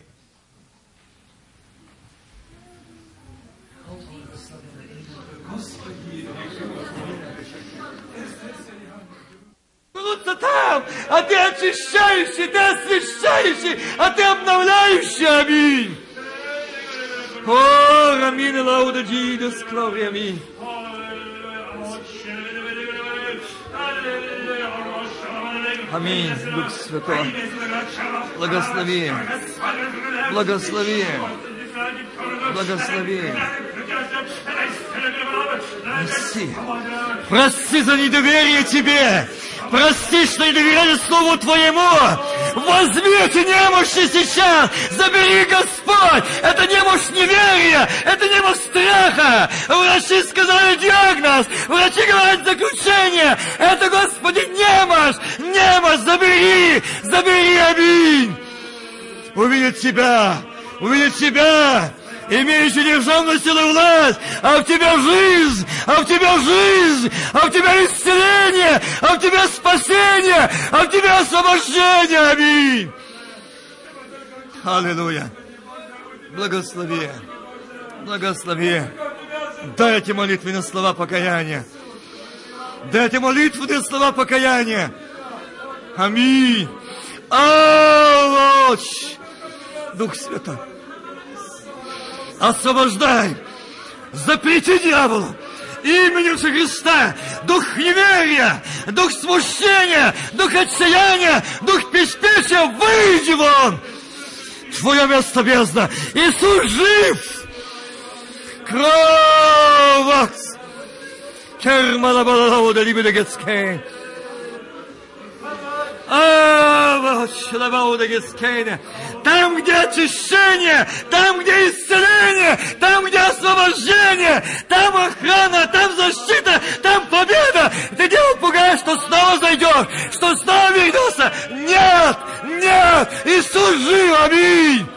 Там, а ты очищающий, ты освящающий, а ты обновляющий. Аминь. О, аминь, лауда Джидус, глория, аминь. Аминь, Дух Святой. Благослови. Благослови. Благослови. Прости. Прости за недоверие Тебе. Прости, что не доверяли Слову Твоему. Возьми эти немощи сейчас. Забери, Господь. Это немощь неверия. Это немощь страха. Врачи сказали диагноз. Врачи говорят заключение. Это, Господи, немощь. Немощь. Забери. Забери, аминь. Увидеть Тебя. Увидеть Тебя. Имеющий державную силу и власть, а в Тебя жизнь, а в Тебя жизнь, а в Тебя исцеление, а в Тебя спасение, а в Тебя освобождение. Аминь. Аллилуйя. Благослови. Благослови. Дайте молитвенные слова покаяния. Дайте молитвенные слова покаяния. Аминь. Аллилуйя. Дух Святой. Освобождай, запрети дьяволу именем Христа дух неверия, дух смущения, дух отчаяния, дух беспечия, выйди вон! Твое место бездна. Иисус жив! Кровь! Кермалабалауда либедегецкей. Там, где очищение, там, где исцеление, там, где освобождение, там охрана, там защита, там победа. Ты делал пугаешь, что снова зайдешь, что снова вернешься. Нет, нет, Иисус жив, аминь.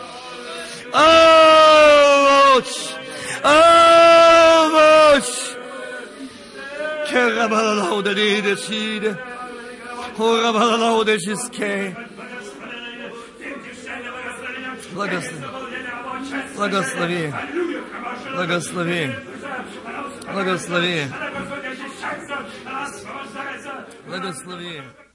Авоч, авоч. Керабалауда лидешиде. Благослови. Благослови. Благослови. Благослови. Благослови.